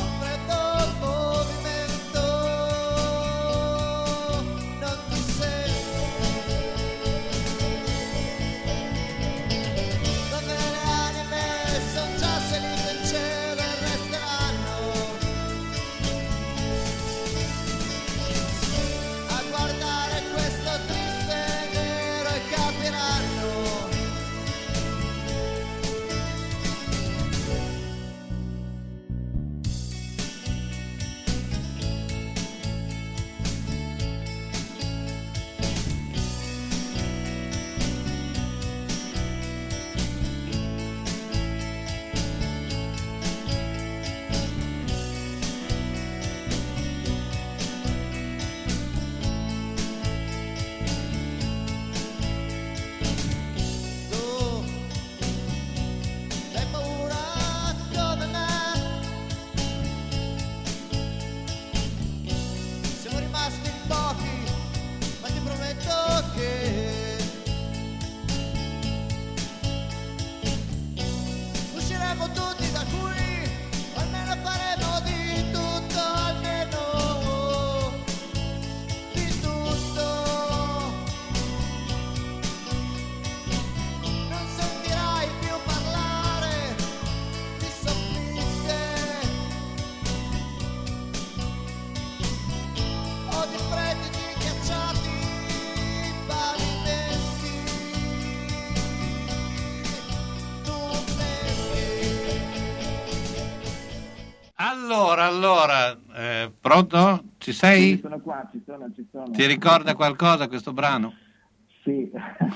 Allora, allora, eh, pronto? Ci sei? Sì, sono qua, ci sono, ci sono. Ti ricorda qualcosa questo brano? Sì,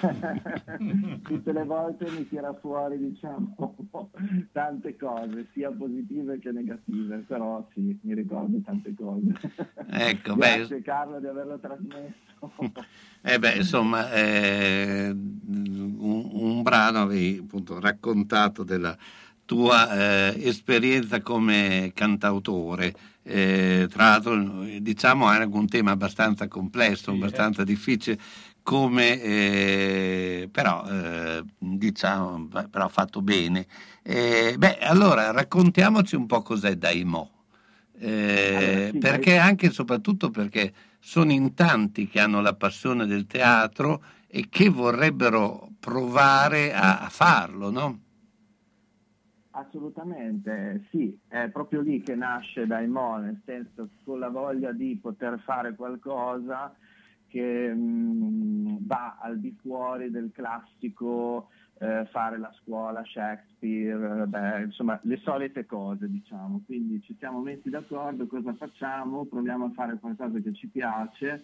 tutte le volte mi tira fuori, diciamo, tante cose, sia positive che negative, però sì, mi ricordo tante cose. Ecco, Grazie beh, Carlo di averlo trasmesso. eh beh, insomma, eh, un, un brano avevi appunto raccontato della tua eh, esperienza come cantautore. Eh, tra l'altro, diciamo, era un tema abbastanza complesso, sì, abbastanza eh. difficile, come eh, però eh, diciamo però fatto bene. Eh, beh, allora raccontiamoci un po' cos'è Daimò, eh, allora, sì, perché dai. Anche e soprattutto perché sono in tanti che hanno la passione del teatro e che vorrebbero provare a, a farlo, no? Assolutamente, sì, è proprio lì che nasce Daimò, nel senso, con la voglia di poter fare qualcosa che mh, va al di fuori del classico eh, fare la scuola Shakespeare, beh, insomma le solite cose, diciamo. Quindi ci siamo messi d'accordo, cosa facciamo, proviamo a fare qualcosa che ci piace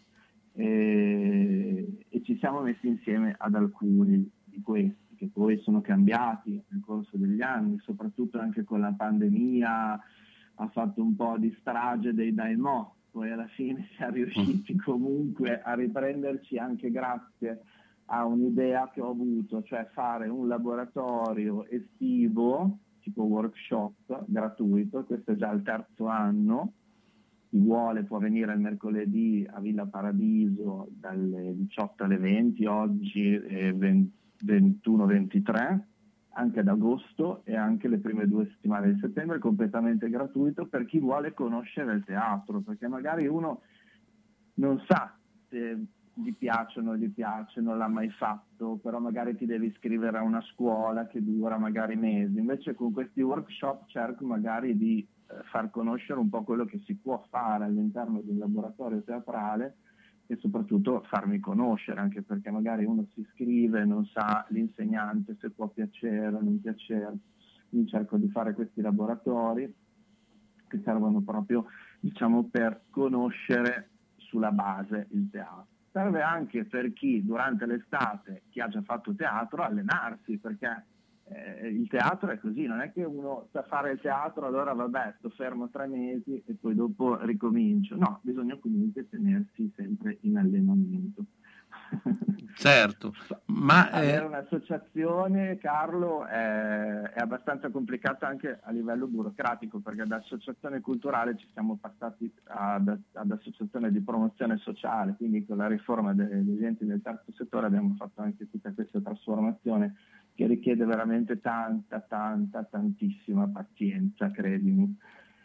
e, e ci siamo messi insieme ad alcuni di questi che poi sono cambiati nel corso degli anni, soprattutto anche con la pandemia ha fatto un po' di strage dei Daimò. Poi alla fine siamo riusciti comunque a riprenderci anche grazie a un'idea che ho avuto, cioè fare un laboratorio estivo, tipo workshop, gratuito, questo è già il terzo anno, chi vuole può venire il mercoledì a Villa Paradiso dalle diciotto alle venti, oggi è ventuno ventitré, anche ad agosto e anche le prime due settimane di settembre, completamente gratuito per chi vuole conoscere il teatro, perché magari uno non sa se gli piace o non gli piace, non l'ha mai fatto, però magari ti devi iscrivere a una scuola che dura magari mesi. Invece con questi workshop cerco magari di eh, far conoscere un po' quello che si può fare all'interno di un laboratorio teatrale e soprattutto farmi conoscere, anche perché magari uno si iscrive, non sa l'insegnante se può piacere o non piacere. Quindi cerco di fare questi laboratori che servono proprio, diciamo, per conoscere sulla base il teatro. Serve anche per chi durante l'estate, chi ha già fatto teatro, allenarsi, perché eh, il teatro è così, non è che uno sa fare il teatro, allora vabbè, sto fermo tre mesi e poi dopo ricomincio. No, bisogna comunque tenersi sempre in allenamento. Certo, ma avere eh... un'associazione, Carlo, è, è abbastanza complicato anche a livello burocratico, perché da associazione culturale ci siamo passati ad, ad associazione di promozione sociale, quindi con la riforma de, degli enti del terzo settore abbiamo fatto anche tutta questa trasformazione che richiede veramente tanta, tanta, tantissima pazienza, credimi.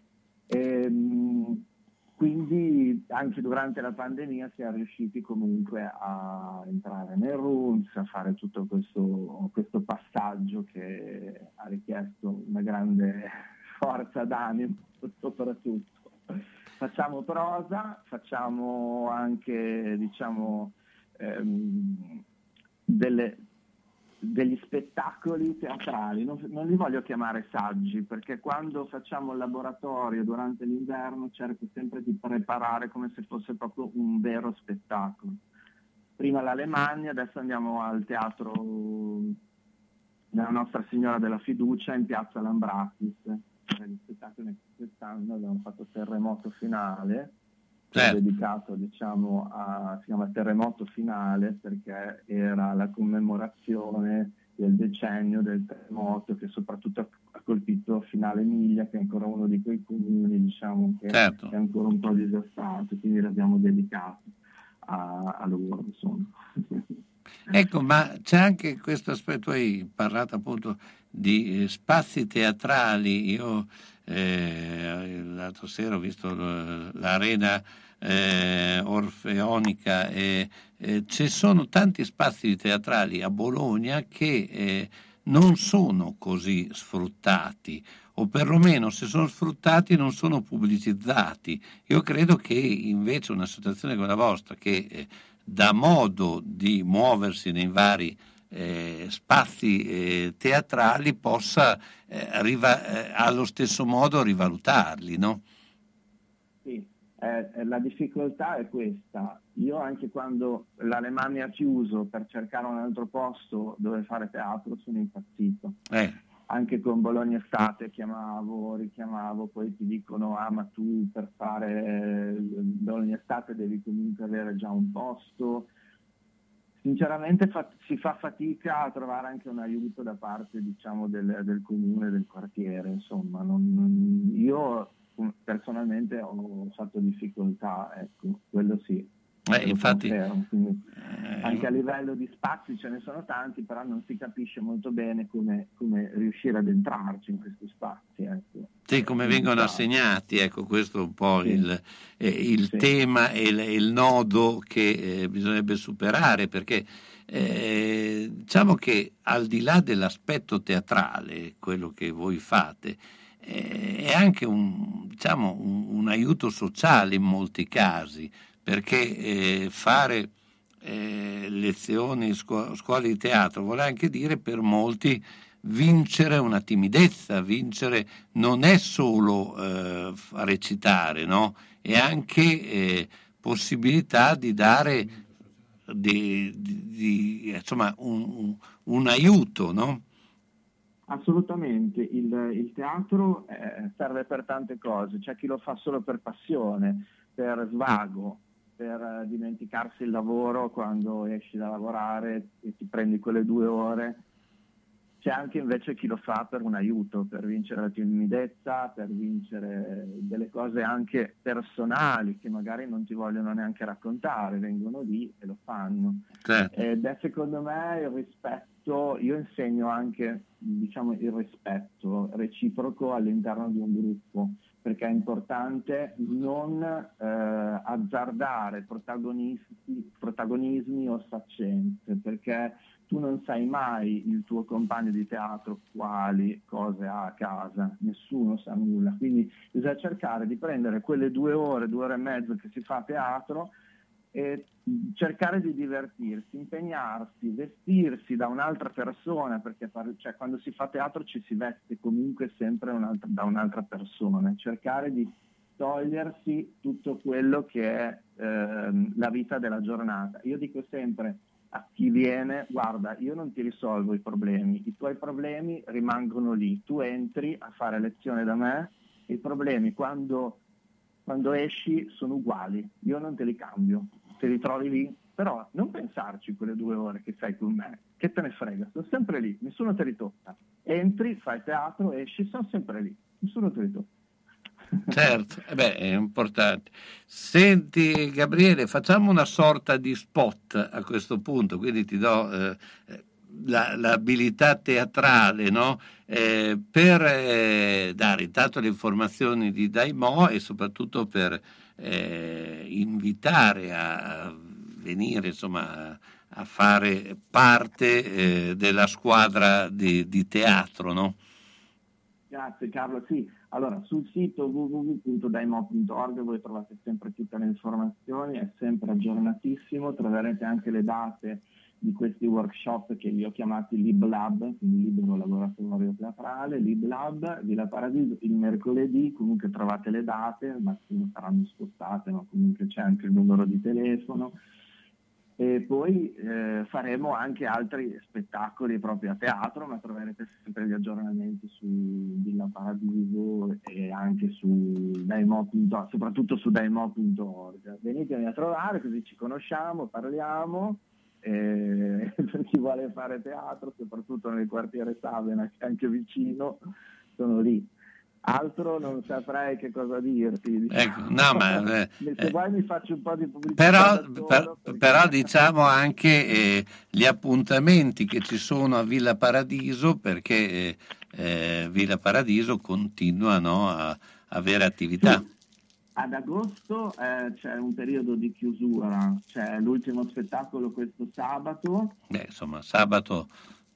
E, quindi anche durante la pandemia si è riusciti comunque a entrare nel R U N S, a fare tutto questo, questo passaggio che ha richiesto una grande forza d'animo soprattutto. Facciamo prosa, facciamo anche diciamo ehm, delle... degli spettacoli teatrali, non, non li voglio chiamare saggi, perché quando facciamo il laboratorio durante l'inverno cerco sempre di preparare come se fosse proprio un vero spettacolo. Prima l'Alemannia, adesso andiamo al teatro della Nostra Signora della Fiducia in piazza Lambratis, per gli spettacoli quest'anno abbiamo fatto Terremoto Finale, certo. dedicato diciamo a, si chiama Terremoto Finale perché era la commemorazione del decennio del terremoto che soprattutto ha colpito Finale Emilia, che è ancora uno di quei comuni diciamo che certo. è ancora un po' disastrato, quindi l'abbiamo dedicato a, a loro insomma. Ecco, ma c'è anche questo aspetto, hai parlato appunto di eh, spazi teatrali. Io eh, l'altro sera ho visto l'arena eh, orfeonica e eh, ci sono tanti spazi teatrali a Bologna che eh, non sono così sfruttati, o perlomeno se sono sfruttati non sono pubblicizzati. Io credo che invece una situazione come la vostra, che eh, dà modo di muoversi nei vari eh, spazi eh, teatrali, possa eh, riva- eh, allo stesso modo rivalutarli, no? Sì, eh, la difficoltà è questa. Io anche quando l'Alemannia ha chiuso per cercare un altro posto dove fare teatro sono impazzito. Eh. Anche con Bologna Estate chiamavo, richiamavo, poi ti dicono ah ma tu per fare Bologna Estate devi comunque avere già un posto. Sinceramente fa, si fa fatica a trovare anche un aiuto da parte diciamo del, del comune, del quartiere, insomma. Non, non, io personalmente ho fatto difficoltà, ecco, quello sì. Eh, infatti, quindi, eh, anche a livello di spazi ce ne sono tanti, però non si capisce molto bene come, come riuscire ad entrarci in questi spazi. Ecco. Sì, come vengono assegnati, ecco, questo è un po' sì. il, eh, il sì. tema e il, il nodo che eh, bisognerebbe superare, perché eh, diciamo che al di là dell'aspetto teatrale, quello che voi fate, eh, è anche un, diciamo, un, un aiuto sociale in molti casi, perché eh, fare eh, lezioni, scu- scuole di teatro vuole anche dire per molti vincere una timidezza, vincere non è solo eh, recitare, no? È anche eh, possibilità di dare di, di, di, insomma, un, un, un aiuto, no? Assolutamente, il, il teatro eh, serve per tante cose, c'è chi lo fa solo per passione, per svago, per dimenticarsi il lavoro quando esci da lavorare e ti prendi quelle due ore c'è anche invece chi lo fa per un aiuto, per vincere la timidezza, per vincere delle cose anche personali che magari non ti vogliono neanche raccontare, vengono lì e lo fanno. Certo. Ed è secondo me il rispetto, io insegno anche diciamo il rispetto reciproco all'interno di un gruppo, perché è importante non eh, azzardare protagonisti, protagonismi o sfaccenze, perché tu non sai mai il tuo compagno di teatro quali cose ha a casa, nessuno sa nulla, quindi bisogna cercare di prendere quelle due ore, due ore e mezzo che si fa a teatro e cercare di divertirsi, impegnarsi, vestirsi da un'altra persona, perché cioè, quando si fa teatro ci si veste comunque sempre un'altra, da un'altra persona, cercare di togliersi tutto quello che è eh, la vita della giornata. Io dico sempre a chi viene: guarda, io non ti risolvo i problemi, i tuoi problemi rimangono lì, tu entri a fare lezione da me, i problemi quando, quando esci sono uguali, io non te li cambio, te li trovi lì, però non pensarci quelle due ore che sei con me, che te ne frega, sono sempre lì, nessuno te li tocca, entri, fai teatro, esci, sono sempre lì, nessuno te li tocca. Certo, eh beh, è importante. Senti Gabriele, facciamo una sorta di spot a questo punto, quindi ti do eh, la, l'abilità teatrale, no? Eh, per eh, dare intanto le informazioni di Daimo e soprattutto per eh, invitare a venire insomma a, a fare parte eh, della squadra di, di teatro, no? Grazie Carlo, sì. Allora, sul sito w w w punto daimo punto org voi trovate sempre tutte le informazioni, è sempre aggiornatissimo, troverete anche le date di questi workshop che li ho chiamati LibLab, quindi libero laboratorio teatrale, LibLab, Villa Paradiso, il mercoledì, comunque trovate le date, al massimo saranno spostate, ma comunque c'è anche il numero di telefono. E poi eh, faremo anche altri spettacoli proprio a teatro, ma troverete sempre gli aggiornamenti su Villa Paradiso e anche su Daimo punto org, soprattutto su Daimo punto org. Venitemi a trovare, così ci conosciamo, parliamo, e per chi vuole fare teatro, soprattutto nel quartiere Savena, che è anche vicino, sono lì. Altro non saprei che cosa dirti. Ecco, no, ma, eh, se vuoi mi faccio un po' di pubblicità. Però, solo, per, perché... però diciamo anche eh, gli appuntamenti che ci sono a Villa Paradiso, perché eh, eh, Villa Paradiso continua, no, a avere attività. Sì. Ad agosto eh, c'è un periodo di chiusura, c'è l'ultimo spettacolo questo sabato. Beh, insomma, sabato...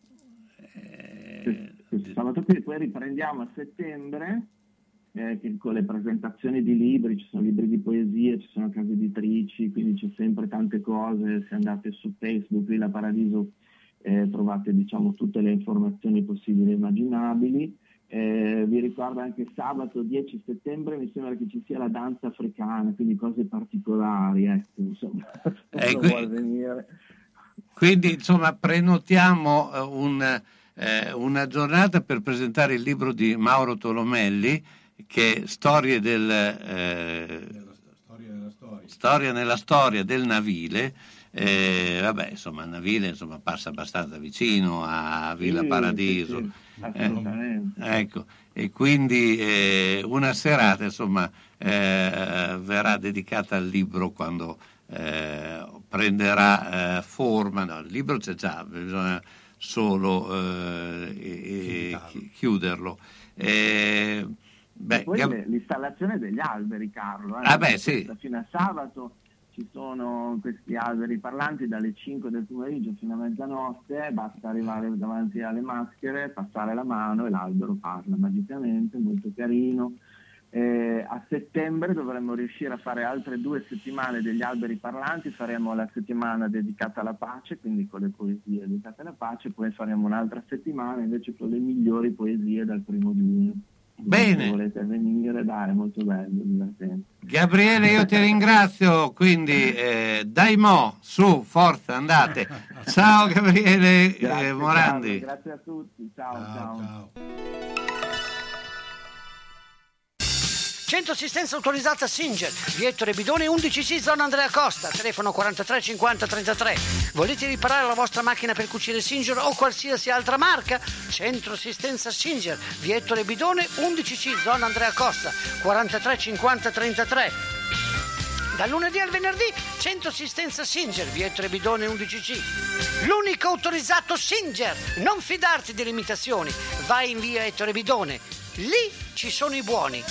Eh, sabato qui, poi riprendiamo a settembre eh, con le presentazioni di libri, ci sono libri di poesie, ci sono case editrici, quindi c'è sempre tante cose. Se andate su Facebook Villa Paradiso eh, trovate diciamo tutte le informazioni possibili e immaginabili. Eh, vi ricordo anche sabato dieci settembre mi sembra che ci sia la danza africana, quindi cose particolari, ecco, insomma, eh, qui, vuole venire. Quindi insomma prenotiamo un Eh, una giornata per presentare il libro di Mauro Tolomelli, che è Storie del eh, storia della storia. Storia nella storia del Navile. Eh, vabbè, insomma, il Navile insomma, passa abbastanza vicino a Villa sì, Paradiso. Sì, sì, assolutamente. Eh, ecco, e quindi eh, una serata insomma eh, verrà dedicata al libro quando eh, prenderà eh, forma. No, il libro c'è già, bisogna solo eh, e, e chiuderlo. Eh, beh, e poi Gab- l'installazione degli alberi, Carlo. Eh, ah beh, sì. Fino a sabato ci sono questi alberi parlanti dalle cinque del pomeriggio fino a mezzanotte, basta arrivare davanti alle maschere, passare la mano e l'albero parla magicamente, molto carino. Eh, a settembre dovremmo riuscire a fare altre due settimane degli alberi parlanti, faremo la settimana dedicata alla pace, quindi con le poesie dedicate alla pace, poi faremo un'altra settimana invece con le migliori poesie dal primo giugno. Bene. Se volete venire, dai, è molto bello, divertente. Gabriele, io ti ringrazio, quindi eh, Daimo, su, forza, andate. Ciao Gabriele grazie, eh, Morandi. Carlo, grazie a tutti, ciao ciao. ciao. Centro assistenza autorizzata Singer, via Ettore Bidone undici C, zona Andrea Costa, telefono quarantatré cinquanta trentatré. Volete riparare la vostra macchina per cucire Singer o qualsiasi altra marca? Centro assistenza Singer, via Ettore Bidone undici C, zona Andrea Costa, quarantatré cinquanta trentatré. Dal lunedì al venerdì, Centro assistenza Singer, via Ettore Bidone undici C. L'unico autorizzato Singer. Non fidarti delle imitazioni. Vai in via Ettore Bidone. Lì ci sono i buoni.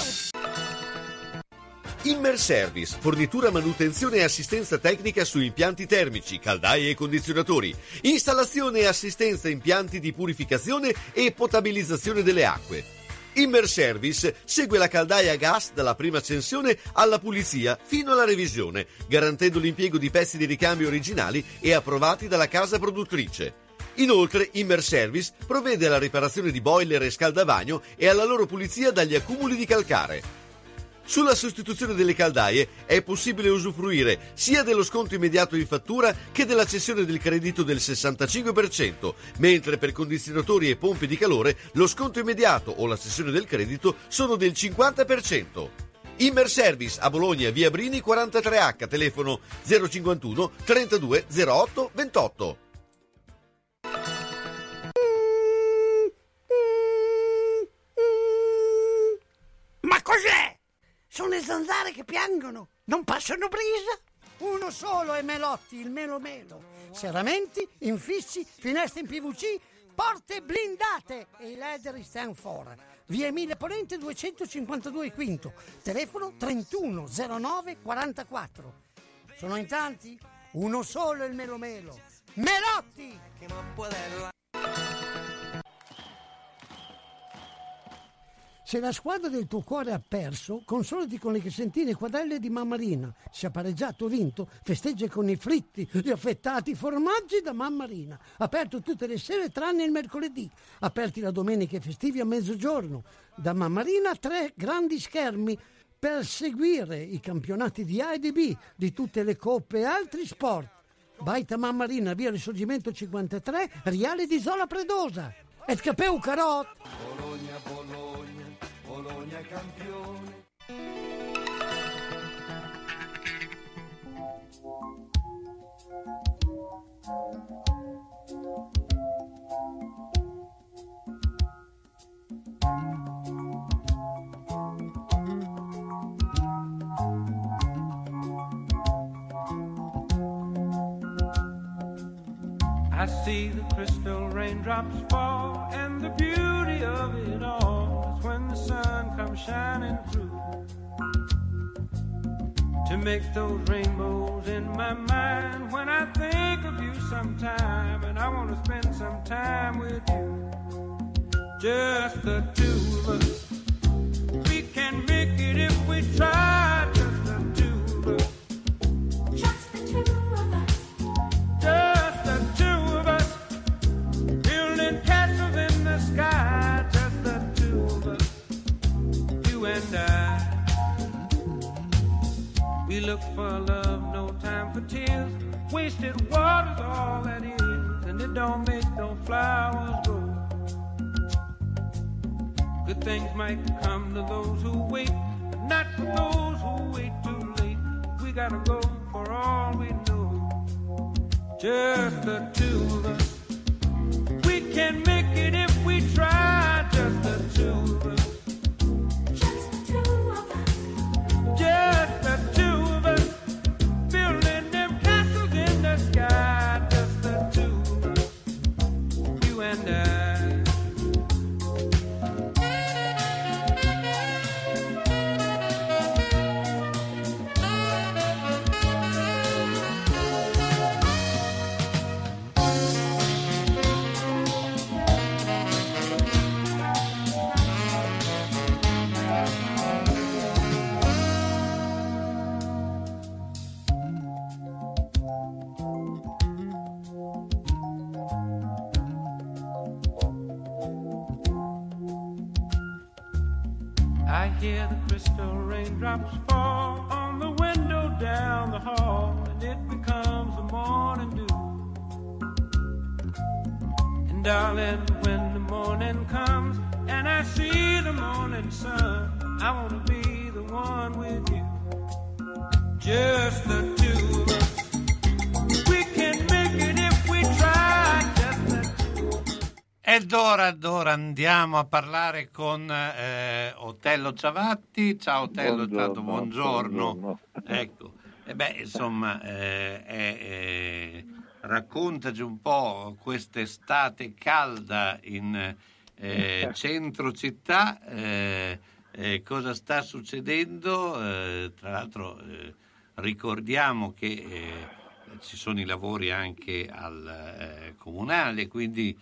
Immerservice, fornitura, manutenzione e assistenza tecnica su impianti termici, caldaie e condizionatori, installazione e assistenza impianti di purificazione e potabilizzazione delle acque. Immerservice segue la caldaia a gas dalla prima accensione alla pulizia fino alla revisione, garantendo l'impiego di pezzi di ricambio originali e approvati dalla casa produttrice. Inoltre, Immerservice provvede alla riparazione di boiler e scaldabagno e alla loro pulizia dagli accumuli di calcare. Sulla sostituzione delle caldaie è possibile usufruire sia dello sconto immediato in fattura che della cessione del credito del sessantacinque per cento, mentre per condizionatori e pompe di calore lo sconto immediato o la cessione del credito sono del cinquanta per cento. Immerservice a Bologna, via Brini quarantatré H, telefono zero cinquantuno trentadue zero otto ventotto. Ma cos'è? Sono le zanzare che piangono, non passano brisa. Uno solo è Melotti, il Melo Melo. Serramenti, infissi, finestre in P V C, porte blindate e i leder stand for. Via Emile Ponente duecentocinquantadue Quinto, telefono trentuno zero nove quarantaquattro. Sono in tanti? Uno solo è il Melo Melo. Melotti! Se la squadra del tuo cuore ha perso, consolati con le crescentine quadrelle di Mammarina. Se ha pareggiato o vinto, festeggia con i fritti, gli affettati formaggi da Mammarina. Aperto tutte le sere tranne il mercoledì. Aperti la domenica e festivi a mezzogiorno. Da Mammarina tre grandi schermi per seguire i campionati di A e di B, di tutte le coppe e altri sport. Baita Mammarina, via Risorgimento cinquantatré, Riale di Zola Predosa. Et capeu carot! Bologna, Bologna, Bologna campione. I see the crystal raindrops fall, and the beauty of it all is when the sun comes shining through to make those rainbows in my mind. When I think of you sometime, and I want to spend some time with you, just the two of us. We can make it if we try, just the two of us. Just the two of us. Just the two of us. Building castles in the sky, just the two of us. You and I. We look for love, no time for tears. Wasted water's all that is, and it don't make no flowers grow. Good things might come to those who wait, but not for those who wait too late. We gotta go for all we know. Just the two of us. We can make it if we try. Just the two of us. Just the two of us. Just the two of us. Building them castles in the sky. Just the two of us. You and I. I hear the crystal raindrops fall on the window down the hall, and it becomes the morning dew. And darling, when the morning comes and I see the morning sun, I want to be just the two of us. We can make it if we try, just the two of us. Ed ora, ed ora andiamo a parlare con eh, Otello Ciavatti. Ciao Otello, buongiorno. buongiorno. buongiorno. Ecco, e beh, insomma, eh, eh, eh, raccontaci un po' quest'estate calda in eh, centro città, eh, eh, cosa sta succedendo? Eh, tra l'altro eh, ricordiamo che eh, ci sono i lavori anche al eh, comunale, quindi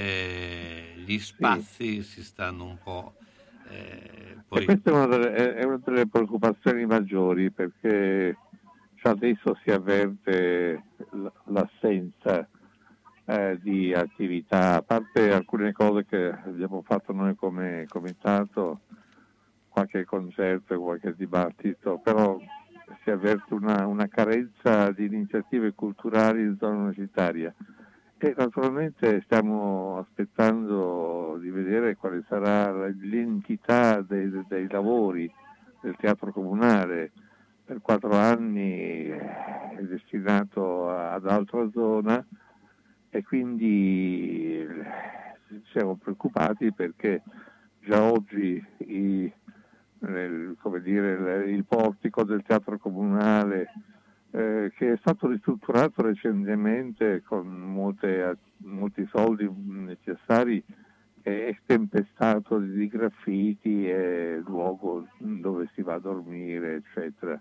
eh, gli spazi sì. si stanno un po'... Eh, poi... E questa è una, delle, è una delle preoccupazioni maggiori, perché adesso si avverte l'assenza eh, di attività, a parte alcune cose che abbiamo fatto noi come comitato, qualche concerto, qualche dibattito, però si avverte una, una carenza di iniziative culturali in zona universitaria e naturalmente stiamo aspettando di vedere quale sarà l'entità dei, dei lavori del teatro comunale. Per quattro anni è destinato ad altra zona e quindi siamo preoccupati perché già oggi i, nel, come dire, il portico del teatro comunale eh, che è stato ristrutturato recentemente con molte, molti soldi necessari è estempestato di graffiti e luogo dove si va a dormire, eccetera.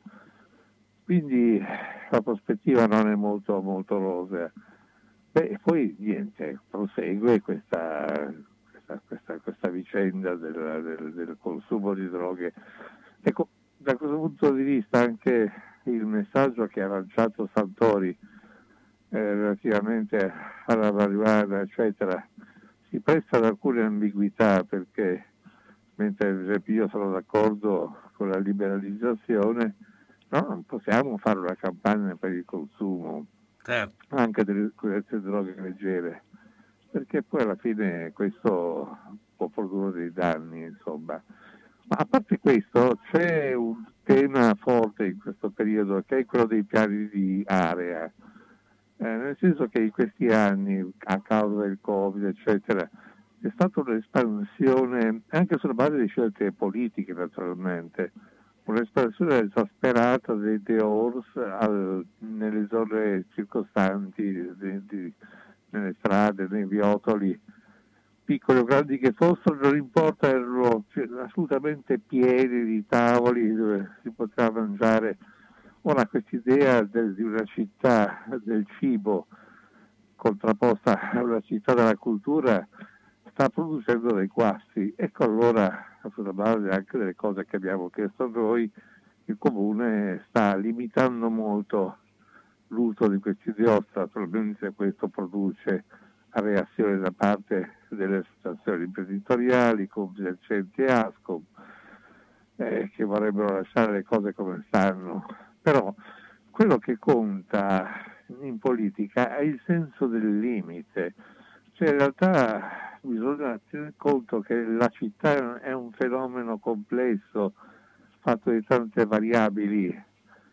Quindi la prospettiva non è molto, molto rosea. Beh, poi niente, prosegue questa, questa, questa, questa vicenda del, del, del consumo di droghe. Ecco, da questo punto di vista anche il messaggio che ha lanciato Santori eh, relativamente alla marijuana, eccetera, si presta ad alcune ambiguità, perché mentre ad esempio io sono d'accordo con la liberalizzazione, no, non possiamo fare una campagna per il consumo, certo, anche delle queste droghe leggere, perché poi alla fine questo può produrre dei danni, insomma. Ma a parte questo c'è un tema forte in questo periodo, che è quello dei piani di area. Eh, nel senso che in questi anni, a causa del Covid, eccetera, è stata un'espansione, anche sulla base di scelte politiche naturalmente, un'espansione esasperata dei deors al, nelle zone circostanti, di, di, nelle strade, nei viotoli, piccoli o grandi che fossero, non importa, erano assolutamente pieni di tavoli dove si poteva mangiare. Ora quest'idea del, di una città del cibo contrapposta a una città della cultura sta producendo dei guasti. Ecco allora, sulla base anche delle cose che abbiamo chiesto noi, il Comune sta limitando molto l'uso di questi deos. Naturalmente questo produce reazioni da parte delle associazioni imprenditoriali, Confesercenti e Ascom, eh, che vorrebbero lasciare le cose come stanno. Però quello che conta in politica è il senso del limite, cioè in realtà bisogna tener conto che la città è un fenomeno complesso, fatto di tante variabili,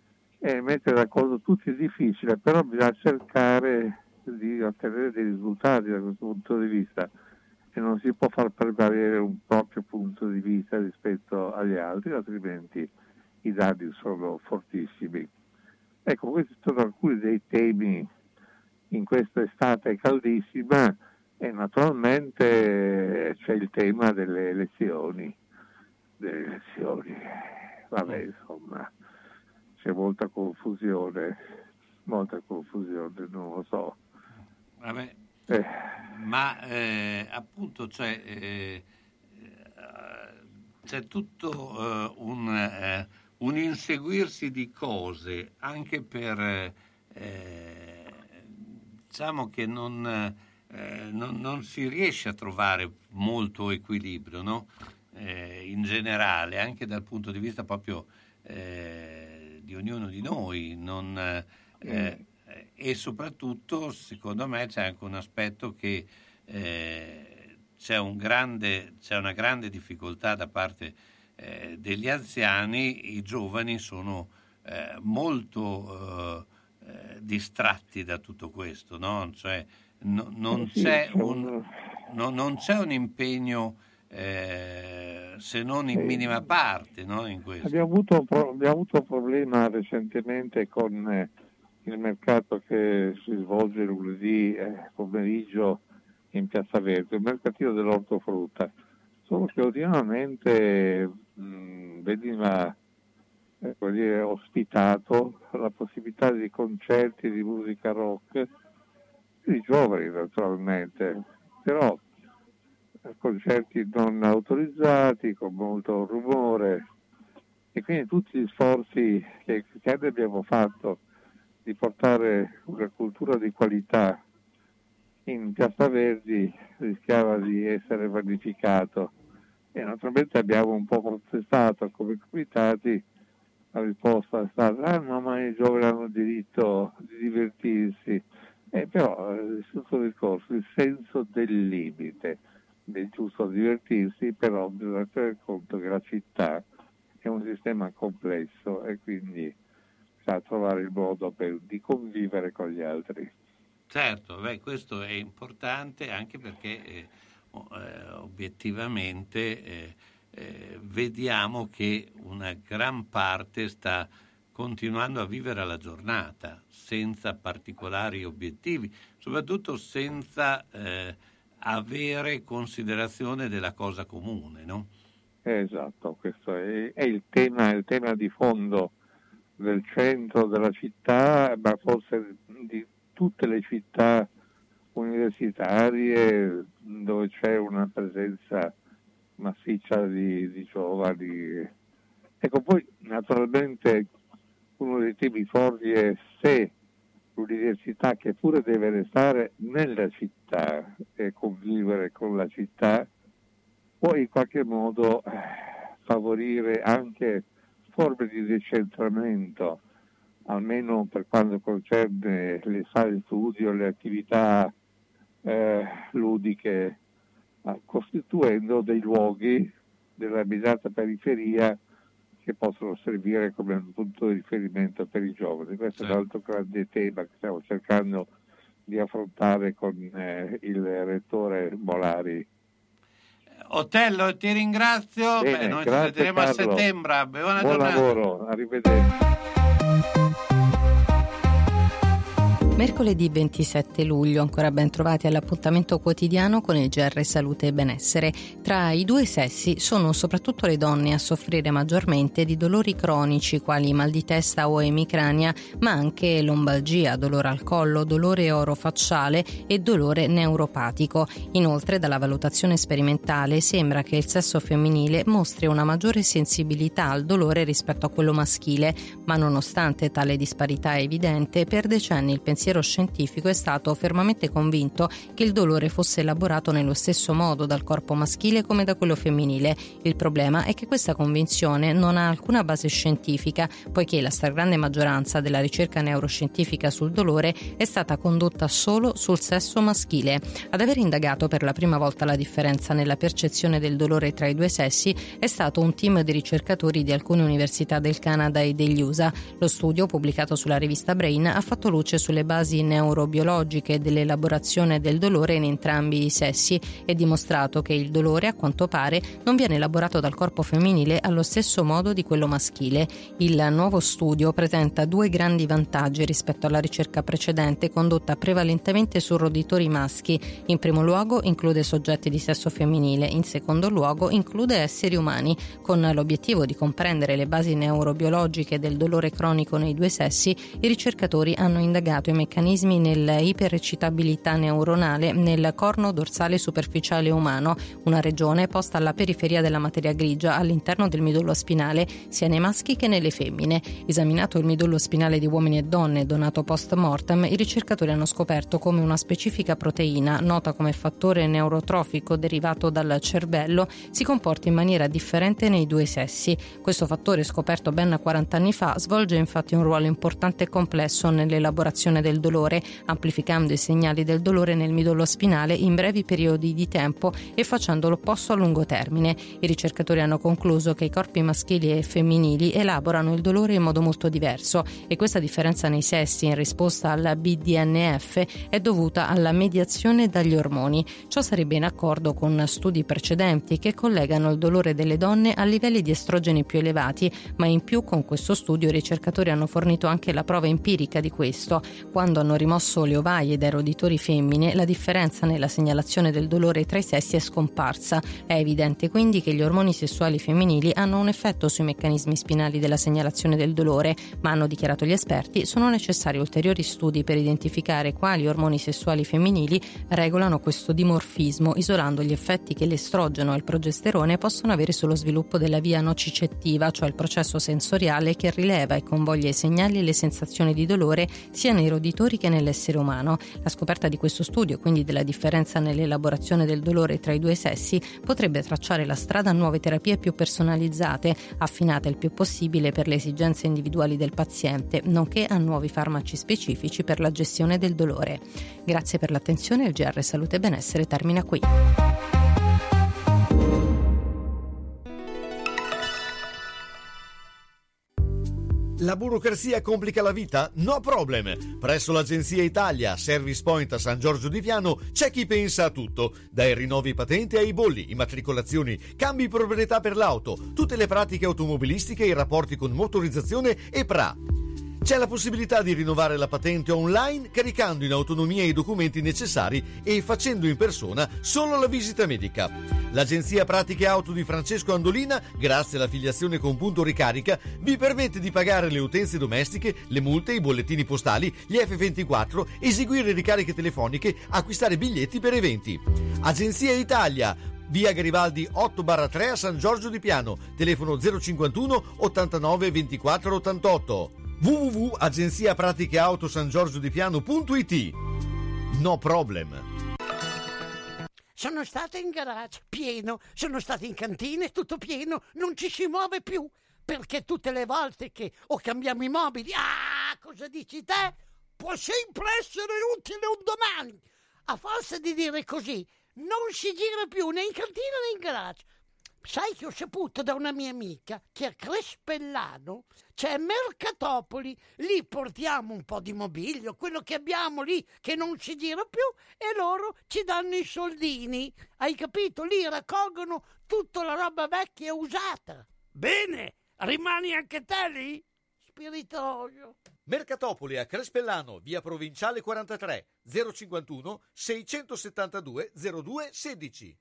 e mettere d'accordo tutti è difficile, però bisogna cercare di ottenere dei risultati da questo punto di vista e non si può far prevalere un proprio punto di vista rispetto agli altri, altrimenti i dati sono fortissimi. Ecco, questi sono alcuni dei temi in questa estate caldissima e naturalmente c'è il tema delle elezioni. Delle elezioni. Vabbè, insomma, c'è molta confusione, molta confusione, non lo so. Vabbè, eh. ma eh, appunto cioè, eh, c'è tutto eh, un... Eh, un inseguirsi di cose anche per eh, diciamo che non, eh, non, non si riesce a trovare molto equilibrio, no? Eh, in generale, anche dal punto di vista proprio eh, di ognuno di noi, non, eh, e soprattutto secondo me c'è anche un aspetto che eh, c'è un grande c'è una grande difficoltà da parte Eh, degli anziani. I giovani sono eh, molto eh, eh, distratti da tutto questo, no? Cioè, no, non, sì, c'è sì. un, no, non c'è un impegno eh, se non in minima parte, no? In questo. Abbiamo avuto, abbiamo avuto un problema recentemente con eh, il mercato che si svolge lunedì eh, pomeriggio in Piazza Verde, il mercatino dell'ortofrutta, solo che ultimamente mh, veniva eh, vuol dire, ospitato la possibilità di concerti di musica rock di giovani naturalmente, però concerti non autorizzati, con molto rumore, e quindi tutti gli sforzi che, che abbiamo fatto di portare una cultura di qualità in Piazza Verdi rischiava di essere vanificato, e naturalmente abbiamo un po' protestato come comitati. La risposta è stata: ah no, ma i giovani hanno diritto di divertirsi, eh, però il suo discorso, il senso del limite, è giusto divertirsi, però bisogna tener conto che la città è un sistema complesso e quindi sa trovare il modo per, di convivere con gli altri. Certo, beh, questo è importante anche perché eh, eh, obiettivamente eh, eh, vediamo che una gran parte sta continuando a vivere la giornata senza particolari obiettivi, soprattutto senza eh, avere considerazione della cosa comune, no? Esatto, questo è, è il tema, il tema di fondo del centro della città, ma forse di tutte le città universitarie dove c'è una presenza massiccia di, di giovani. Ecco, poi naturalmente uno dei temi forti è se l'università, che pure deve restare nella città e convivere con la città, può in qualche modo favorire anche forme di decentramento, almeno per quanto concerne le sale studio, le attività eh, ludiche, costituendo dei luoghi della immediata periferia che possono servire come un punto di riferimento per i giovani. Questo sì. È un altro grande tema che stiamo cercando di affrontare con eh, il rettore Molari. Otello, ti ringrazio. Bene, Beh, noi grazie, ci vedremo Carlo. a settembre. Buona Buon giornata. lavoro, arrivederci. Mercoledì ventisette luglio, ancora ben trovati all'appuntamento quotidiano con il G R Salute e Benessere. Tra i due sessi sono soprattutto le donne a soffrire maggiormente di dolori cronici quali mal di testa o emicrania, ma anche lombalgia, dolore al collo, dolore orofacciale e dolore neuropatico. Inoltre, dalla valutazione sperimentale sembra che il sesso femminile mostri una maggiore sensibilità al dolore rispetto a quello maschile, ma nonostante tale disparità evidente, per decenni il pensiero scientifico è stato fermamente convinto che il dolore fosse elaborato nello stesso modo dal corpo maschile come da quello femminile. Il problema è che questa convinzione non ha alcuna base scientifica, poiché la stragrande maggioranza della ricerca neuroscientifica sul dolore è stata condotta solo sul sesso maschile. Ad aver indagato per la prima volta la differenza nella percezione del dolore tra i due sessi è stato un team di ricercatori di alcune università del Canada e degli U S A. Lo studio, pubblicato sulla rivista Brain, ha fatto luce sulle basi neurobiologiche dell'elaborazione del dolore in entrambi i sessi e dimostrato che il dolore, a quanto pare, non viene elaborato dal corpo femminile allo stesso modo di quello maschile. Il nuovo studio presenta due grandi vantaggi rispetto alla ricerca precedente condotta prevalentemente su roditori maschi. In primo luogo include soggetti di sesso femminile, in secondo luogo include esseri umani. Con l'obiettivo di comprendere le basi neurobiologiche del dolore cronico nei due sessi, i ricercatori hanno indagato i meccanismi nell'iperecitabilità neuronale nel corno dorsale superficiale umano, una regione posta alla periferia della materia grigia all'interno del midollo spinale sia nei maschi che nelle femmine. Esaminato il midollo spinale di uomini e donne donato post mortem, i ricercatori hanno scoperto come una specifica proteina, nota come fattore neurotrofico derivato dal cervello, si comporta in maniera differente nei due sessi. Questo fattore, scoperto ben quaranta anni fa, svolge infatti un ruolo importante e complesso nell'elaborazione del del dolore, amplificando i segnali del dolore nel midollo spinale in brevi periodi di tempo e facendo l'opposto a lungo termine. I ricercatori hanno concluso che i corpi maschili e femminili elaborano il dolore in modo molto diverso e questa differenza nei sessi in risposta alla B D N F è dovuta alla mediazione dagli ormoni. Ciò sarebbe in accordo con studi precedenti che collegano il dolore delle donne a livelli di estrogeni più elevati, ma in più con questo studio i ricercatori hanno fornito anche la prova empirica di questo. Quando hanno rimosso le ovaie dai roditori femmine, la differenza nella segnalazione del dolore tra i sessi è scomparsa. È evidente quindi che gli ormoni sessuali femminili hanno un effetto sui meccanismi spinali della segnalazione del dolore, ma hanno dichiarato gli esperti sono necessari ulteriori studi per identificare quali ormoni sessuali femminili regolano questo dimorfismo, isolando gli effetti che l'estrogeno e il progesterone possono avere sullo sviluppo della via nocicettiva, cioè il processo sensoriale che rileva e convoglia i segnali e le sensazioni di dolore sia nei roditori che nell'essere umano. La scoperta di questo studio, quindi della differenza nell'elaborazione del dolore tra i due sessi, potrebbe tracciare la strada a nuove terapie più personalizzate, affinate il più possibile per le esigenze individuali del paziente, nonché a nuovi farmaci specifici per la gestione del dolore. Grazie per l'attenzione, il G R Salute e Benessere termina qui. La burocrazia complica la vita? No problem! Presso l'Agenzia Italia Service Point a San Giorgio di Piano c'è chi pensa a tutto, dai rinnovi patente ai bolli, immatricolazioni, cambi proprietà per l'auto, tutte le pratiche automobilistiche e i rapporti con motorizzazione e P R A. C'è la possibilità di rinnovare la patente online caricando in autonomia i documenti necessari e facendo in persona solo la visita medica. L'Agenzia Pratiche Auto di Francesco Andolina, grazie all'affiliazione con Punto Ricarica, vi permette di pagare le utenze domestiche, le multe, i bollettini postali, gli F ventiquattro, eseguire ricariche telefoniche, acquistare biglietti per eventi. Agenzia Italia, via Garibaldi otto barra tre a San Giorgio di Piano, telefono zero cinquantuno ottantanove ventiquattro ottantotto. w w w punto agenzia pratiche auto san giorgio di piano punto i t. No problem. Sono stato in garage, pieno, sono stato in cantina, tutto pieno, non ci si muove più, perché tutte le volte che o cambiamo i mobili, ah, cosa dici te? Può sempre essere utile un domani. A forza di dire così, non si gira più né in cantina né in garage. Sai che ho saputo da una mia amica che a Crespellano c'è Mercatopoli, lì portiamo un po' di mobilio, quello che abbiamo lì che non si gira più e loro ci danno i soldini, hai capito? Lì raccolgono tutta la roba vecchia e usata. Bene, rimani anche te lì? Spiritoso. Mercatopoli a Crespellano, via Provinciale quarantatré, zero cinquantuno seicentosettantadue zero due sedici.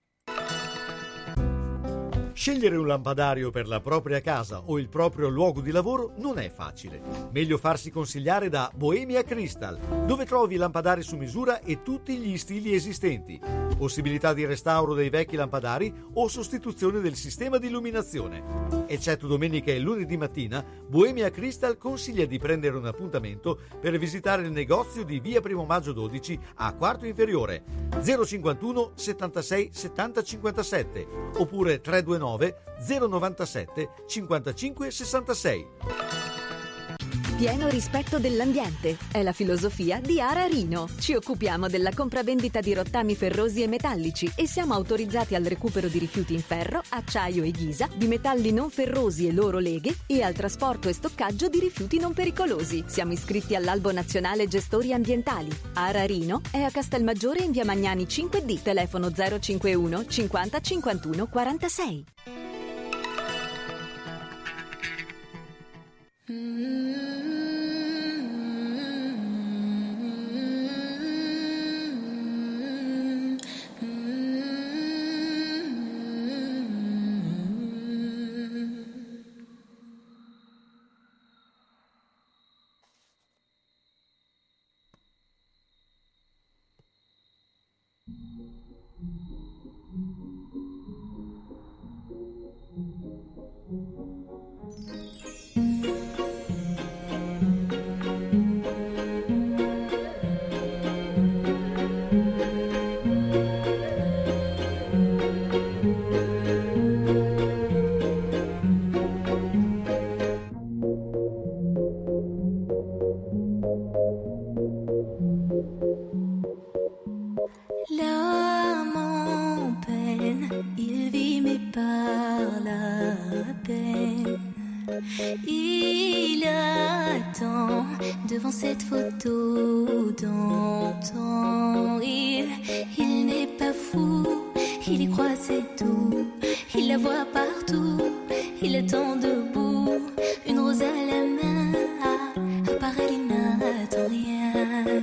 Scegliere un lampadario per la propria casa o il proprio luogo di lavoro non è facile. Meglio farsi consigliare da Bohemia Crystal, dove trovi lampadari su misura e tutti gli stili esistenti. Possibilità di restauro dei vecchi lampadari o sostituzione del sistema di illuminazione. Eccetto domenica e lunedì mattina, Bohemia Crystal consiglia di prendere un appuntamento per visitare il negozio di via Primo Maggio dodici a Quarto Inferiore, zero cinquantuno settantasei settanta cinquantasette oppure trecentonovantanove zero novantasette cinquantacinque sessantasei. Pieno rispetto dell'ambiente è la filosofia di Ara Rino. Ci occupiamo della compravendita di rottami ferrosi e metallici e siamo autorizzati al recupero di rifiuti in ferro, acciaio e ghisa, di metalli non ferrosi e loro leghe e al trasporto e stoccaggio di rifiuti non pericolosi. Siamo iscritti all'Albo Nazionale Gestori Ambientali. Ara Rino è a Castelmaggiore in via Magnani cinque D, telefono zero cinquantuno cinquanta cinquantuno quarantasei. il vit mais par la peine. Il attend devant cette photo d'antan. Il, il n'est pas fou, il y croit c'est tout. Il la voit partout, il attend debout, une rose à la main. À, à part elle, il n'attend rien.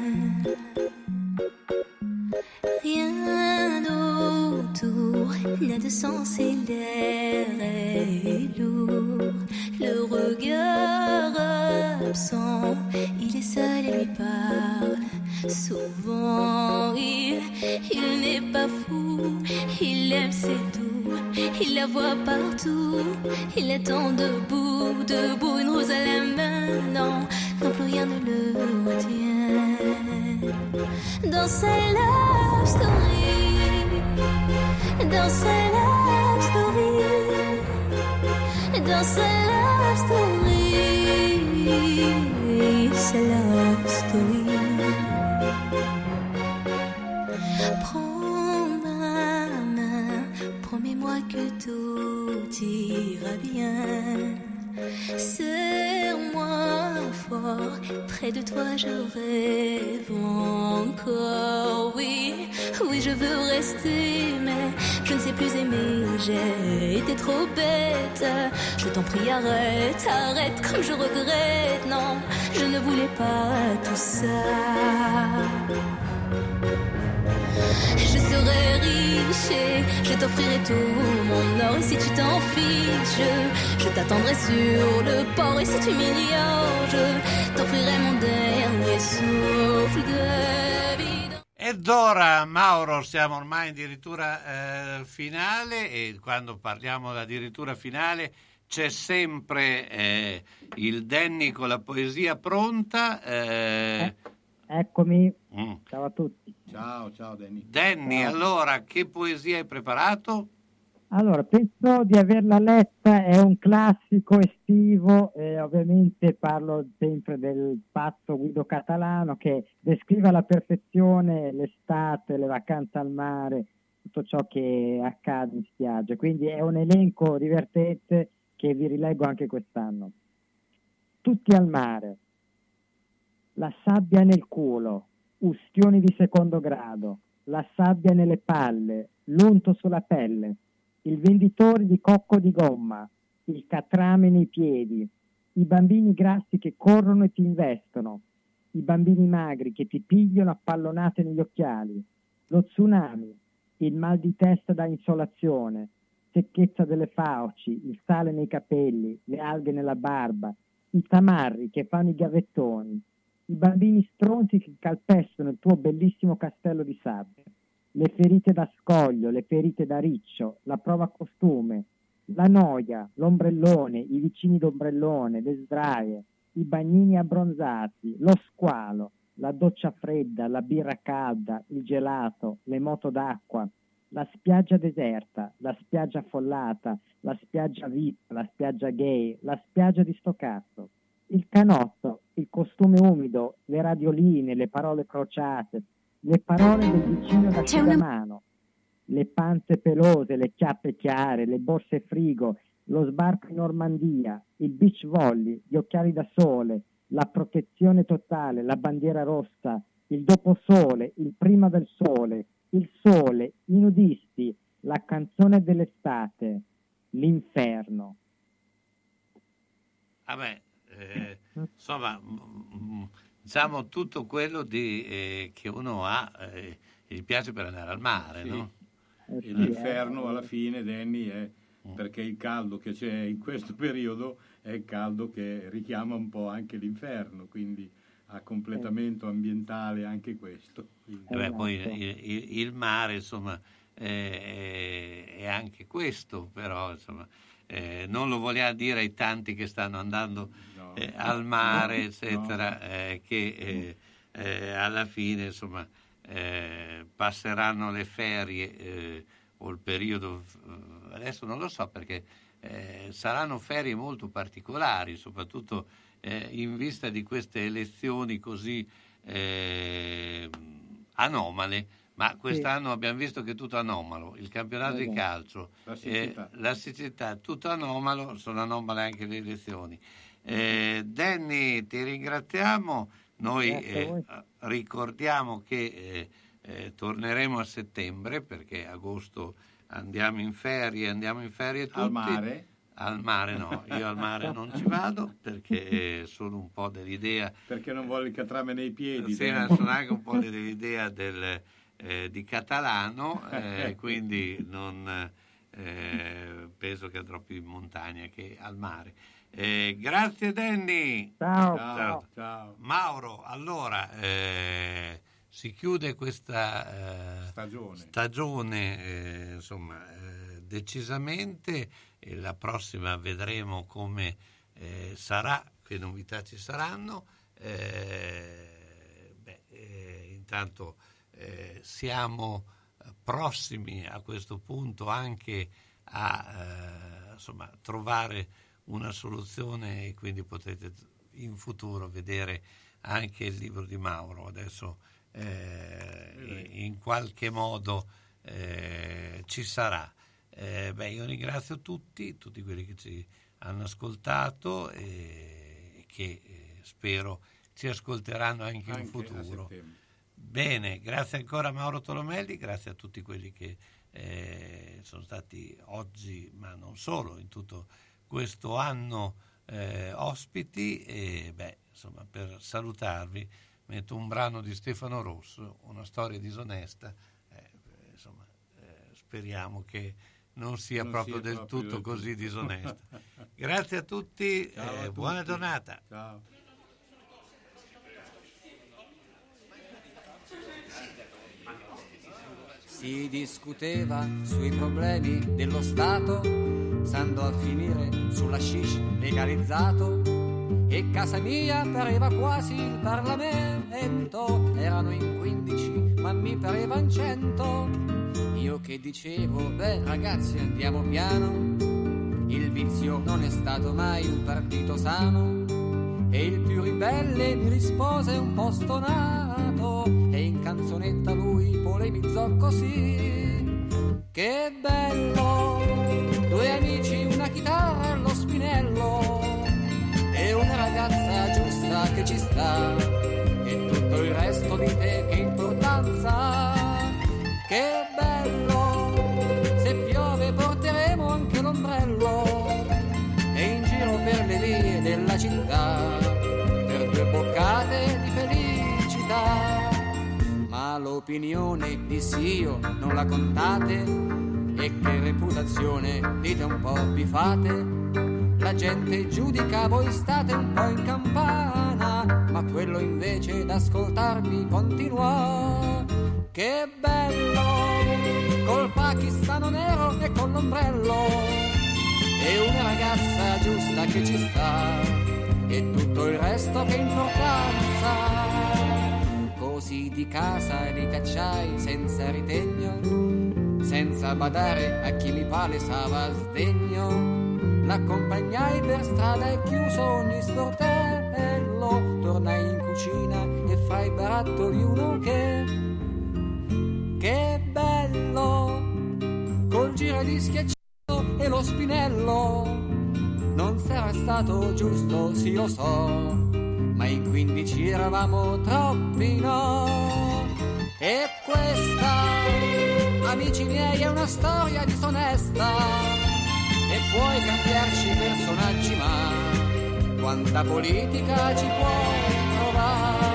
Rien d'autour n'a de sens et l'air est lourd. Le regard absent, il est seul et lui parle souvent. Il, il n'est pas fou, il aime c'est tout. Il la voit partout, il attend debout, debout, une rose à la main. Non, non plus rien ne le retient. Dans sa love story, dans sa love story, dans sa love story, sa love story. Prends ma main, promets-moi que tout ira bien. Serre-moi fort, près de toi je rêve encore. Oui, oui je veux rester, mais je ne sais plus aimer. J'ai été trop bête. Je t'en prie arrête, arrête comme je regrette. Non, je ne voulais pas tout ça. Je serai riche et je t'offrirai tout mon or. Et si tu t'en fiches, je, je t'attendrai sur le port. Et si tu m'ignores, je t'offrirai mon dernier souffle de vita. Ed ora, Mauro, siamo ormai addirittura eh, finale, e quando parliamo addirittura finale c'è sempre eh, il Danny con la poesia pronta. Eh, eh, eccomi, mm. Ciao a tutti. Ciao, ciao Danny. Danny, Ciao. Allora, che poesia hai preparato? Allora, penso di averla letta, è un classico estivo, e ovviamente parlo sempre del pazzo Guido Catalano che descrive alla perfezione l'estate, le vacanze al mare, tutto ciò che accade in spiaggia, quindi è un elenco divertente che vi rileggo anche quest'anno. Tutti al mare, la sabbia nel culo, ustioni di secondo grado, la sabbia nelle palle, l'unto sulla pelle, il venditore di cocco di gomma, il catrame nei piedi, i bambini grassi che corrono e ti investono, i bambini magri che ti pigliano a pallonate negli occhiali, lo tsunami, il mal di testa da insolazione, secchezza delle fauci, il sale nei capelli, le alghe nella barba, i tamarri che fanno i gavettoni, i bambini stronzi che calpestano il tuo bellissimo castello di sabbia, le ferite da scoglio, le ferite da riccio, la prova costume, la noia, l'ombrellone, i vicini d'ombrellone, le sdraie, i bagnini abbronzati, lo squalo, la doccia fredda, la birra calda, il gelato, le moto d'acqua, la spiaggia deserta, la spiaggia affollata, la spiaggia V I P, la spiaggia gay, la spiaggia di sto cazzo, il canotto, il costume umido, le radioline, le parole crociate, le parole del vicino da mano, le panze pelose, le chiappe chiare, le borse frigo, lo sbarco in Normandia, il beach volley, gli occhiali da sole, la protezione totale, la bandiera rossa, il doposole, il prima del sole, il sole, i nudisti, la canzone dell'estate, l'inferno. Vabbè, eh, insomma, m- diciamo tutto quello di, eh, che uno ha, eh, gli piace per andare al mare, sì. no? E l'inferno alla fine, Danny, è perché il caldo che c'è in questo periodo è il caldo che richiama un po' anche l'inferno, quindi a completamento ambientale anche questo. Eh beh, poi il, il, il mare, insomma, eh, è anche questo, però, insomma, eh, non lo vogliamo dire ai tanti che stanno andando no. eh, al mare, eccetera, no. eh, che eh, eh, alla fine, insomma, eh, passeranno le ferie eh, o il periodo, adesso non lo so perché eh, saranno ferie molto particolari, soprattutto eh, in vista di queste elezioni così eh, anomale, Ma quest'anno sì. abbiamo visto che è tutto anomalo, il campionato eh, di calcio, la siccità. Eh, la siccità, tutto anomalo, sono anomale anche le elezioni. Eh, Danny, ti ringraziamo, noi eh, ricordiamo che eh, eh, torneremo a settembre perché agosto andiamo in ferie, andiamo in ferie tutti. Al mare? Al mare no, io al mare non ci vado perché sono un po' dell'idea... Perché non voglio il catrame nei piedi. Sì, ma sono anche un po' dell'idea del... Eh, di Catalano, eh, quindi non eh, penso che andrò più in montagna che al mare. Eh, grazie Danny. Ciao. Ciao. Ciao. Mauro, allora eh, si chiude questa eh, stagione, stagione eh, insomma eh, decisamente, e la prossima vedremo come eh, sarà, che novità ci saranno. Eh, beh, eh, intanto Eh, siamo prossimi a questo punto anche a eh, insomma, trovare una soluzione, e quindi potrete in futuro vedere anche il libro di Mauro. Adesso eh, in qualche modo eh, ci sarà. Eh, beh, io ringrazio tutti, tutti quelli che ci hanno ascoltato e che eh, spero ci ascolteranno anche, anche in futuro. Bene, grazie ancora a Mauro Tolomelli, grazie a tutti quelli che eh, sono stati oggi, ma non solo, in tutto questo anno eh, ospiti. E beh, insomma, per salutarvi metto un brano di Stefano Rosso, Una storia disonesta. Eh, insomma, eh, speriamo che non sia non proprio sia del proprio tutto del così tutto. disonesta. Grazie a tutti, eh, a buona tutti. giornata. Ciao. Si discuteva sui problemi dello Stato, s'andò a finire sulla hashish legalizzato, e casa mia pareva quasi il Parlamento. Erano in quindici ma mi parevan cento. Io che dicevo, beh ragazzi andiamo piano, il vizio non è stato mai un partito sano. E il più ribelle mi rispose un po' stonato, e in canzonetta lui polemizzò così: che bello, due amici, una chitarra allo spinello, e una ragazza giusta che ci sta, e tutto il resto di te che importanza. Che bello, se piove porteremo anche l'ombrello, e in giro per le vie della città per due boccate di felicità. Ma l'opinione dissi io non la contate, e che reputazione dite un po' vi fate. La gente giudica, voi state un po' in campana, ma quello invece d'ascoltarmi continuò. Che bello, col pakistano nero e con l'ombrello, e una ragazza giusta che ci sta, e tutto il resto che importanza. Così di casa li cacciai senza ritegno, senza badare a chi mi palesava sdegno. L'accompagnai per strada e chiuso ogni sportello, tornai in cucina e fra i barattoli uno che... Che bello, col giradischi acceso e lo spinello. Non sarà stato giusto, sì lo so, ma in quindici eravamo troppi, no? E questa, amici miei, è una storia disonesta, e puoi cambiarci personaggi, ma quanta politica ci puoi trovare?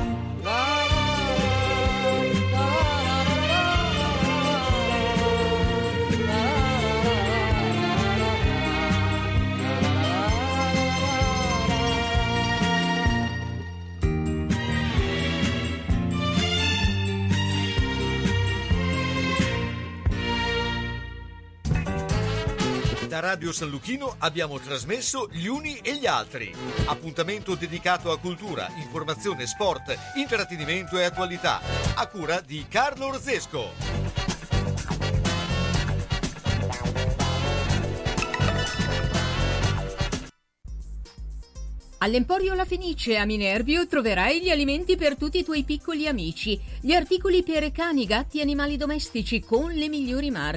Da Radio San Luchino abbiamo trasmesso Gli Uni e gli Altri. Appuntamento dedicato a cultura, informazione, sport, intrattenimento e attualità. A cura di Carlo Orzesco. All'Emporio La Fenice a Minervio troverai gli alimenti per tutti i tuoi piccoli amici, gli articoli per cani, gatti e animali domestici con le migliori marche.